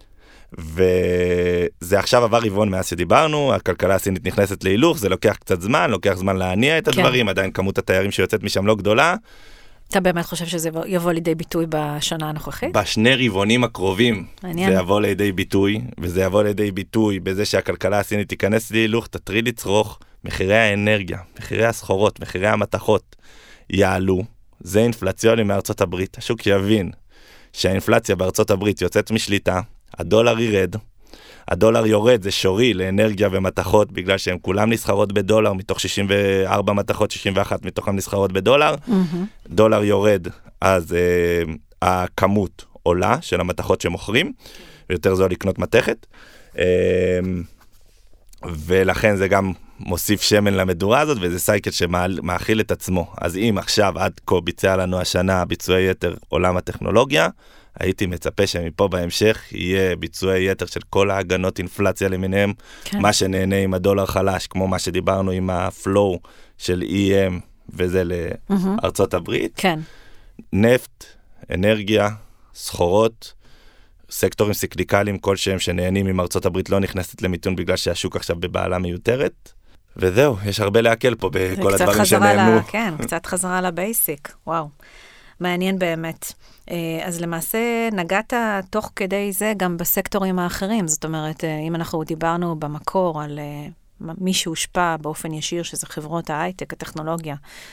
וזה עכשיו עבר רבעון מאז שדיברנו, הכלכלה הסינית נכנסת להילוך, זה לוקח קצת זמן, לוקח זמן להניע את הדברים, כן. עדיין כמות התיירים שיוצאת משם לא גדולה. אתה באמת חושב שזה יבוא לידי ביטוי בשנה הנוכחית? בשני רבעונים הקרובים מעניין. זה יבוא לידי ביטוי, וזה יבוא לידי ביטוי בזה שהכלכלה הסינית תיכנס להילוך, תתחיל לצרוך, מחירי האנרגיה, מחירי הסחורות, מחירי המתכות יעלו, זה אינפלציוני מארצות הברית, השוק יבין שהאינפלציה בארצות הברית יוצאת משליטה, הדולר ירד, הדולר יורד, זה שורי לאנרגיה ומתכות, בגלל שהן כולם נסחרות בדולר, מתוך שישים וארבע מתכות, שישים ואחת מתוכן נסחרות בדולר, mm-hmm. דולר יורד, אז uh, הכמות עולה של המתכות שמוכרים, ויותר זול לקנות מתכת, uh, ולכן זה גם מוסיף שמן למדורה הזאת, וזה סייקל שמאכיל את עצמו. אז אם עכשיו עד כה ביצע לנו השנה ביצועי יתר עולם הטכנולוגיה, הייתי מצפה שמפה בהמשך יהיה ביצועי יתר של כל ההגנות אינפלציה למיניהם, כן. מה שנהנה עם הדולר חלש, כמו מה שדיברנו עם הפלואו של אי אם וזה לארצות הברית. כן. נפט, אנרגיה, סחורות, סקטורים סיקליקליים כלשהם שנהנים עם ארצות הברית לא נכנסת למיתון בגלל שהשוק עכשיו בבעלה מיותרת. וזהו, יש הרבה להקל פה בכל הדברים שנאמרו. כן, קצת חזרה לבייסיק, וואו. מעניין באמת. אז למעשה נגעת תוך כדי זה גם בסקטורים האחרים. זאת אומרת, אם אנחנו דיברנו במקור על מי שהושפע באופן ישיר, שזה חברות ההייטק, הטכנולוגיה,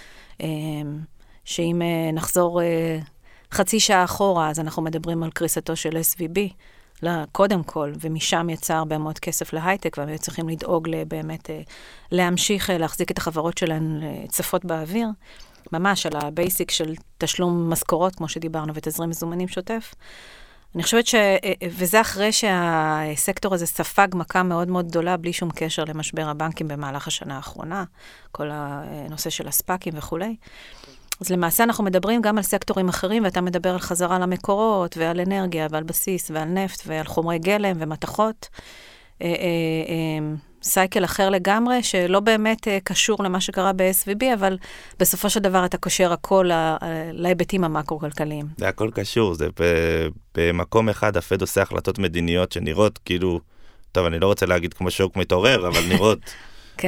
שאם נחזור חצי שעה אחורה, אז אנחנו מדברים על קריסתו של אס וי בי, קודם כל, ומשם יצא הרבה מאוד כסף להייטק, והם צריכים לדאוג באמת להמשיך להחזיק את החברות שלהן צפות באוויר, ממש על הבייסיק של תשלום משכורות, כמו שדיברנו, ותזרים מזומנים שוטף. אני חושבת ש... וזה אחרי שהסקטור הזה ספג מכה מאוד מאוד גדולה, בלי שום קשר למשבר הבנקים במהלך השנה האחרונה, כל הנושא של הספקים וכו'. אז למעשה אנחנו מדברים גם על סקטורים אחרים, ואתה מדבר על חזרה למקורות, ועל אנרגיה, ועל בסיס, ועל נפט, ועל חומרי גלם ומתכות. סייקל אחר לגמרי, שלא באמת קשור למה שקרה ב-אס וי בי, אבל בסופו של דבר אתה קושר הכל להיבטים המקרו-כלכליים. זה הכל קשור, זה במקום אחד הפד עושה החלטות מדיניות שנראות כאילו, טוב, אני לא רוצה להגיד כמו שוק מתעורר, אבל נראות כן.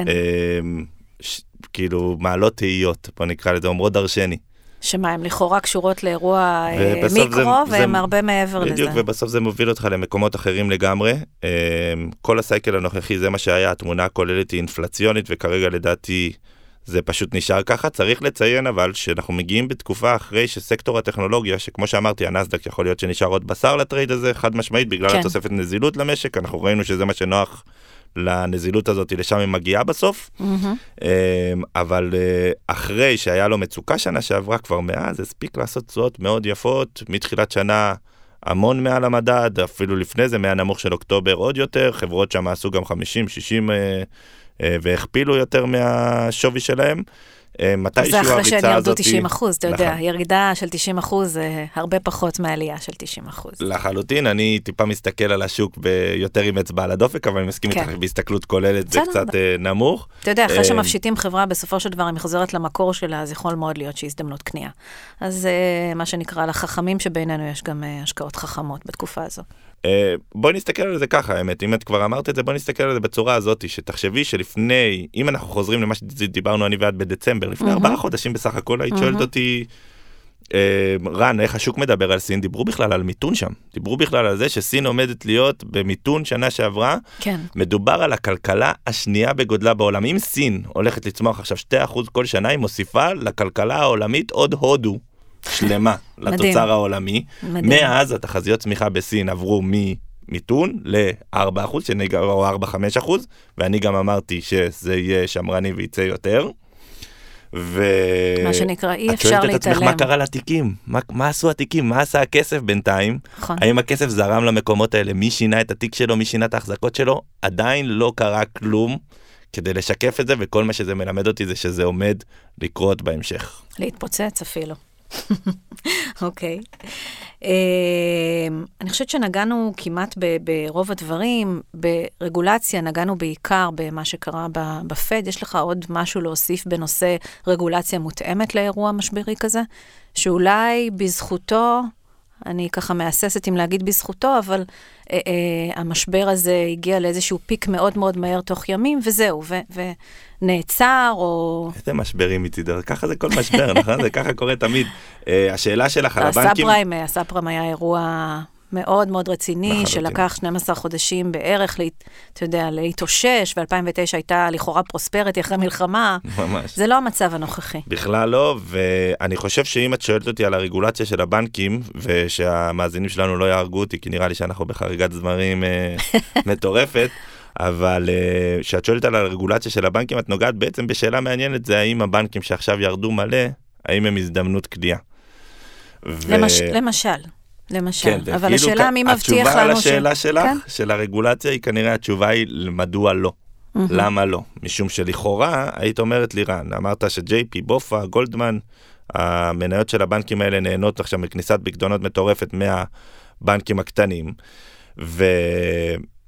כאילו מעלות תהיות, פה נקרא לזה, אומרות דרשני. שמה, הן לכאורה קשורות לאירוע מיקרו, והן הרבה מעבר לזה. בדיוק, ובסוף זה מוביל אותך למקומות אחרים לגמרי. כל הסייקל הנוכחי, זה מה שהיה, התמונה הכוללת היא אינפלציונית, וכרגע לדעתי זה פשוט נשאר ככה. צריך לציין אבל שאנחנו מגיעים בתקופה אחרי שסקטור הטכנולוגיה, שכמו שאמרתי, הנסדק יכול להיות שנשאר עוד בשר לטרייד הזה, חד משמעית, בגלל כן. התוספת נזילות למשק, אנחנו ראינו שזה מה שנוח לנזילות הזאת, לשם היא מגיעה בסוף, mm-hmm. אבל אחרי שהיה לו מצוקה שנה שעברה כבר מאז, הספיק לעשות תשואות מאוד יפות, מתחילת שנה המון מעל המדד, אפילו לפני זה, מהנמוך של אוקטובר עוד יותר, חברות שם עשו גם חמישים, שישים, והכפילו יותר מהשווי שלהם. זה אחרי שהם ירדו תשעים אחוז, אתה יודע, ירידה של תשעים אחוז זה הרבה פחות מהעלייה של תשעים אחוז. לחלוטין, אני טיפה מסתכל על השוק ביותר עם אצבע על הדופק, אבל אני מסכים איתך בהסתכלות כוללת, זה קצת נמוך. אתה יודע, אחרי שמפשיטים חברה, בסופו של דבר היא מחזרת למקור שלה, אז יכול מאוד להיות שהיא הזדמנות קנייה. אז מה שנקרא, לחכמים שבינינו יש גם השקעות חכמות בתקופה הזו. בואי נסתכל על זה ככה, האמת, אם את כבר אמרת את זה, בואי נסתכל על זה בצורה הזאת, שתחשבי שלפני, אם אנחנו חוזרים למה שדיברנו אני ועד בדצמבר, לפני ארבעה חודשים בסך הכל, היית שואלת אותי, רן, איך השוק מדבר על סין? דיברו בכלל על מיתון שם, דיברו בכלל על זה שסין עומדת להיות במיתון שנה שעברה, מדובר על הכלכלה השנייה בגודלה בעולם. אם סין הולכת לצמוח עכשיו שני אחוז כל שנה, היא מוסיפה לכלכלה העולמית עוד הודו, שלמה לתוצר העולמי. מאז התחזיות צמיחה בסין עברו ממיתון ל-ארבעה אחוז, או ארבע חמש אחוז, ואני גם אמרתי שזה יהיה שמרני וייצא יותר. מה שנקרא, אי אפשר להתעלם. מה קרה לתיקים? מה, מה עשו התיקים? מה עשה הכסף בינתיים? נכון. האם הכסף זרם למקומות האלה? מי שינה את התיק שלו? מי שינה את ההחזקות שלו? עדיין לא קרה כלום כדי לשקף את זה, וכל מה שזה מלמד אותי זה שזה עומד לקרות בהמשך. להתפוצץ אפילו. אוקיי. אני חושבת שנגענו כמעט ברוב הדברים, ברגולציה נגענו בעיקר במה שקרה בפד. יש לך עוד משהו להוסיף בנושא רגולציה מותאמת לאירוע משברי כזה? שאולי בזכותו, אני ככה מאססת אם להגיד בזכותו, אבל אה, אה, המשבר הזה הגיע לאיזשהו פיק מאוד מאוד מהר תוך ימים, וזהו, ו, ונעצר, או... איזה משברים מצידר, ככה זה כל משבר, נכון? זה ככה קורה תמיד. אה, השאלה שלך על הבנקים... הסאפריים, הסאפריים היה אירוע מאוד מאוד רציני, שלקח שנים עשר חודשים בערך, אתה יודע, להתאושש, ו-אלפיים ותשע הייתה לכאורה פרוספרטי אחרי מלחמה. ממש. זה לא המצב הנוכחי. בכלל לא, ואני חושב שאם את שואלת אותי על הרגולציה של הבנקים, ושהמאזינים שלנו לא יהרגו אותי, כי נראה לי שאנחנו בחריגת זמרים מטורפת, אבל כשאת שואלת על הרגולציה של הבנקים, את נוגעת בעצם בשאלה מעניינת, זה האם הבנקים שעכשיו ירדו מלא, האם הם הזדמנות קדיעה. למשל. למשל, כן, אבל השאלה מי מבטיח לנו... התשובה על השאלה ש... שלך, כן? של הרגולציה, היא כנראה התשובה היא מדוע לא. Mm-hmm. למה לא? משום שלכאורה, היית אומרת לי רן, אמרת שג'יי פי, בופה, גולדמן, המניות של הבנקים האלה נהנות עכשיו מכניסת בקדונות מטורפת מהבנקים הקטנים,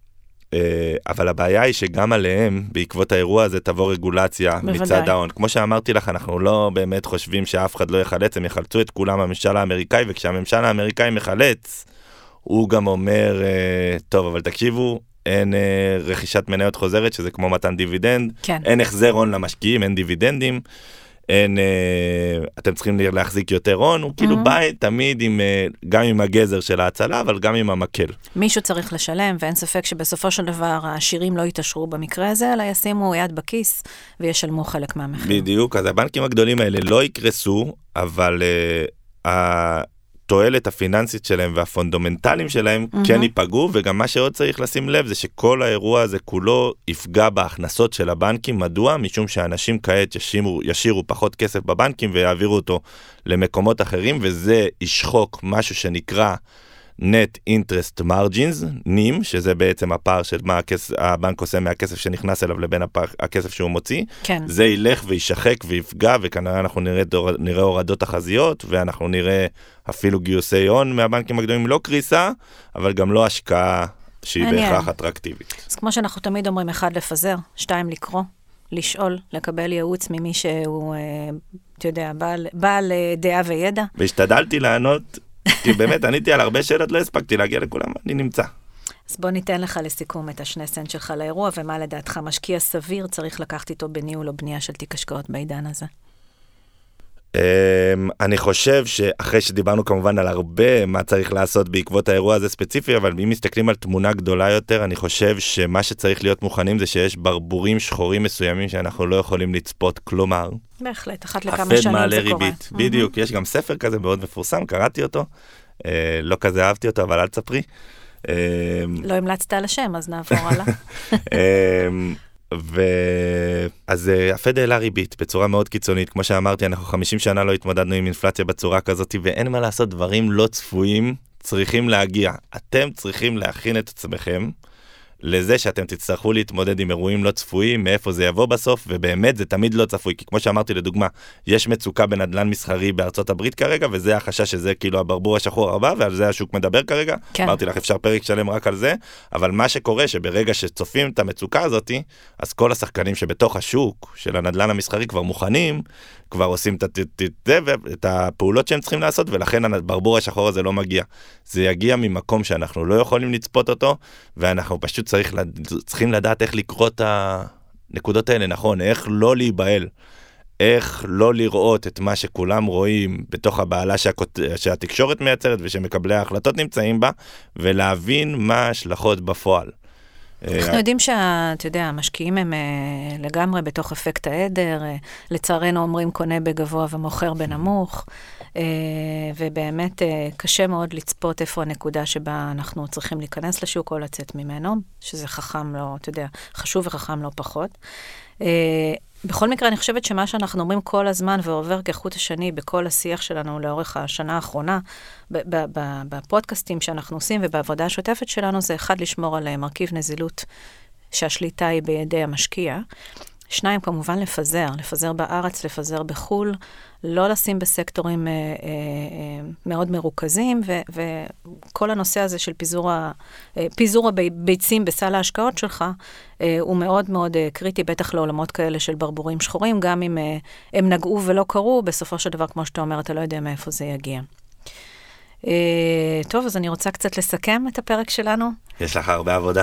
אבל הבעיה היא שגם עליהם, בעקבות האירוע הזה, תבוא רגולציה מצד ההון. כמו שאמרתי לך, אנחנו לא באמת חושבים שאף אחד לא יחלץ, הם יחלצו את כולם הממשל האמריקאי, וכשהממשל האמריקאי מחלץ, הוא גם אומר, טוב, אבל תקשיבו, אין רכישת מניות חוזרת, שזה כמו מתן דיבידנד, כן. אין החזר הון למשקיעים, אין דיבידנדים, אין, אתם צריכים להחזיק יותר הון, הוא כאילו בא תמיד עם, גם עם הגזר של ההצלה, אבל גם עם המקל. מישהו צריך לשלם, ואין ספק שבסופו של דבר העשירים לא יתעשרו במקרה הזה, אלא ישימו יד בכיס וישלמו חלק מהמחיר. בדיוק, אז הבנקים הגדולים האלה לא יקרסו, אבל uh, התועלת הפיננסית שלהם והפונדומנטליים שלהם mm-hmm. כן ייפגעו, וגם מה שעוד צריך לשים לב זה שכל האירוע הזה כולו יפגע בהכנסות של הבנקים. מדוע? משום שאנשים כעת ישירו, ישירו פחות כסף בבנקים ויעבירו אותו למקומות אחרים, וזה ישחוק משהו שנקרא Net Interest Margins, נים, שזה בעצם הפער של מה הכס, הבנק עושה מהכסף שנכנס אליו לבין הפער, הכסף שהוא מוציא. כן. זה ילך וישחק ויפגע, וכנראה אנחנו נראה, נראה הורדות תחזיות, ואנחנו נראה אפילו גיוסי הון מהבנקים הגדולים, לא קריסה, אבל גם לא השקעה שהיא בהכרח אטרקטיבית. אז כמו שאנחנו תמיד אומרים, אחד לפזר, שתיים לקרוא, לשאול, לקבל ייעוץ ממי שהוא, אתה יודע, בעל, בעל דעה וידע. והשתדלתי לענות, כי באמת עניתי על הרבה שאלות, לא הספקתי להגיע לכולם, אני נמצא. אז בוא ניתן לך לסיכום את השני סנט שלך לאירוע, ומה לדעתך משקיע סביר צריך לקחת איתו בניהול או בנייה של תיק השקעות בעידן הזה. אני חושב שאחרי שדיברנו כמובן על הרבה מה צריך לעשות בעקבות האירוע הזה ספציפי, אבל אם מסתכלים על תמונה גדולה יותר, אני חושב שמה שצריך להיות מוכנים זה שיש ברבורים שחורים מסוימים שאנחנו לא יכולים לצפות, כלומר, בהחלט, אחת לכמה שנים זה קורה. הפד מעלה ריבית, בדיוק, יש גם ספר כזה מאוד מפורסם, קראתי אותו, לא כזה אהבתי אותו, אבל אל תספרי. לא המלצת על השם, אז נעבור הלאה. ואז הפד העלה ריבית בצורה מאוד קיצונית, כמו שאמרתי, אנחנו חמישים שנה לא התמודדנו עם אינפלציה בצורה כזאת, ואין מה לעשות, דברים לא צפויים צריכים להגיע. אתם צריכים להכין את עצמכם לזה שאתם תצטרכו להתמודד עם אירועים לא צפויים, מאיפה זה יבוא בסוף, ובאמת זה תמיד לא צפוי, כי כמו שאמרתי לדוגמה, יש מצוקה בנדלן מסחרי בארצות הברית כרגע, וזה החשש שזה כאילו הברבור השחור הבא, ועל זה השוק מדבר כרגע. כן. אמרתי לך, אפשר פרק שלם רק על זה, אבל מה שקורה שברגע שצופים את המצוקה הזאת, אז כל השחקנים שבתוך השוק של הנדלן המסחרי כבר מוכנים, כבר עושים את הפעולות שהם צריכים לעשות, ולכן הברבור השחור הזה לא מגיע. זה יגיע ממקום שאנחנו לא יכולים לצפות אותו, ואנחנו פשוט צריך, צריכים לדעת איך לקרוא את הנקודות האלה, נכון, איך לא להיבהל, איך לא לראות את מה שכולם רואים בתוך הבעלה שהתקשורת מייצרת, ושמקבלי ההחלטות נמצאים בה, ולהבין מה ההשלכות בפועל. אנחנו יודעים שאתה יודע, המשקיעים הם לגמרי בתוך אפקט העדר, לצערנו אומרים קונה בגבוה ומוכר בנמוך, ובאמת קשה מאוד לצפות איפה הנקודה שבה אנחנו צריכים להיכנס לשוק או לצאת ממנו, שזה חכם לא, אתה יודע, חשוב וחכם לא פחות. בכל מקרה, אני חושבת שמה שאנחנו אומרים כל הזמן ועובר כחוט השני בכל השיח שלנו לאורך השנה האחרונה, בפודקאסטים שאנחנו עושים ובעבודה השוטפת שלנו, זה אחד, לשמור על מרכיב נזילות שהשליטה היא בידי המשקיע. שניים, כמובן לפזר, לפזר בארץ, לפזר בחול, לא לשים בסקטורים אה, אה, אה, מאוד מרוכזים, ו, וכל הנושא הזה של פיזור, ה, אה, פיזור הביצים בסל ההשקעות שלך, אה, הוא מאוד מאוד אה, קריטי, בטח לעולמות כאלה של ברבורים שחורים, גם אם אה, הם נגעו ולא קרו, בסופו של דבר, כמו שאתה אומר, אתה לא יודע מאיפה זה יגיע. אה, טוב, אז אני רוצה קצת לסכם את הפרק שלנו. יש לך הרבה עבודה.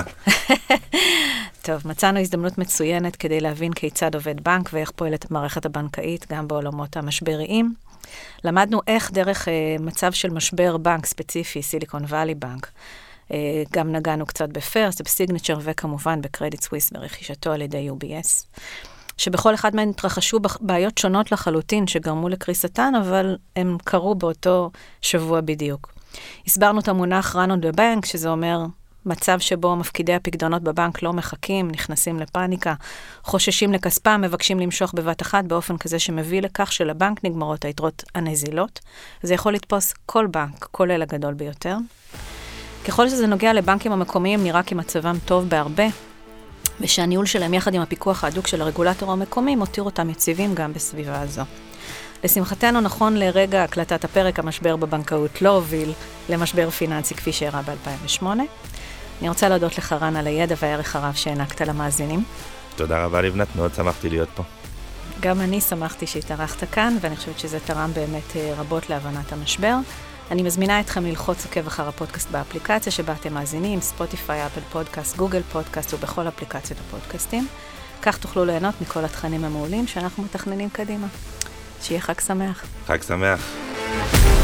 טוב, מצאנו הזדמנות מצוינת כדי להבין כיצד עובד בנק ואיך פועלת המערכת הבנקאית גם בעולמות המשבריים. למדנו איך דרך אה, מצב של משבר בנק ספציפי, סיליקון ואלי בנק, אה, גם נגענו קצת בפרסט, בסיגנצ'ר וכמובן בקרדיט סוויס ברכישתו על ידי יו בי אס. שבכל אחד מהן התרחשו בעיות שונות לחלוטין שגרמו לקריסתן, אבל הם קרו באותו שבוע בדיוק. הסברנו את המונח run on the bank, שזה אומר מצב שבו מפקידי הפקדונות בבנק לא מחכים, נכנסים לפאניקה, חוששים לכספם, מבקשים למשוך בבת אחת באופן כזה שמביא לכך שלבנק נגמרות היתרות הנזילות. זה יכול לתפוס כל בנק, כולל הגדול ביותר. ככל שזה נוגע לבנקים המקומיים, נראה כי מצבם טוב בהרבה, ושהניהול שלהם יחד עם הפיקוח ההדוק של הרגולטור המקומי מותיר אותם יציבים גם בסביבה הזו. לשמחתנו, נכון לרגע הקלטת הפרק, המשבר בבנקאות לא הוביל למשבר פיננסי כפי שאירע ב-אלפיים ושמונה. אני רוצה להודות לך רן על הידע והערך הרב שהענקת למאזינים. תודה רבה לבנת, מאוד שמחתי להיות פה. גם אני שמחתי שהתארחת כאן, ואני חושבת שזה תרם באמת רבות להבנת המשבר. אני מזמינה אתכם ללחוץ עוקב אחר הפודקאסט באפליקציה שבה אתם מאזינים, ספוטיפיי, אפל פודקאסט, גוגל פודקאסט ובכל אפליקציות הפודקאסטים. כך תוכלו ליהנות מכל התכנים המעולים שאנחנו מתכננים קדימה. שיהיה חג שמח. חג שמח.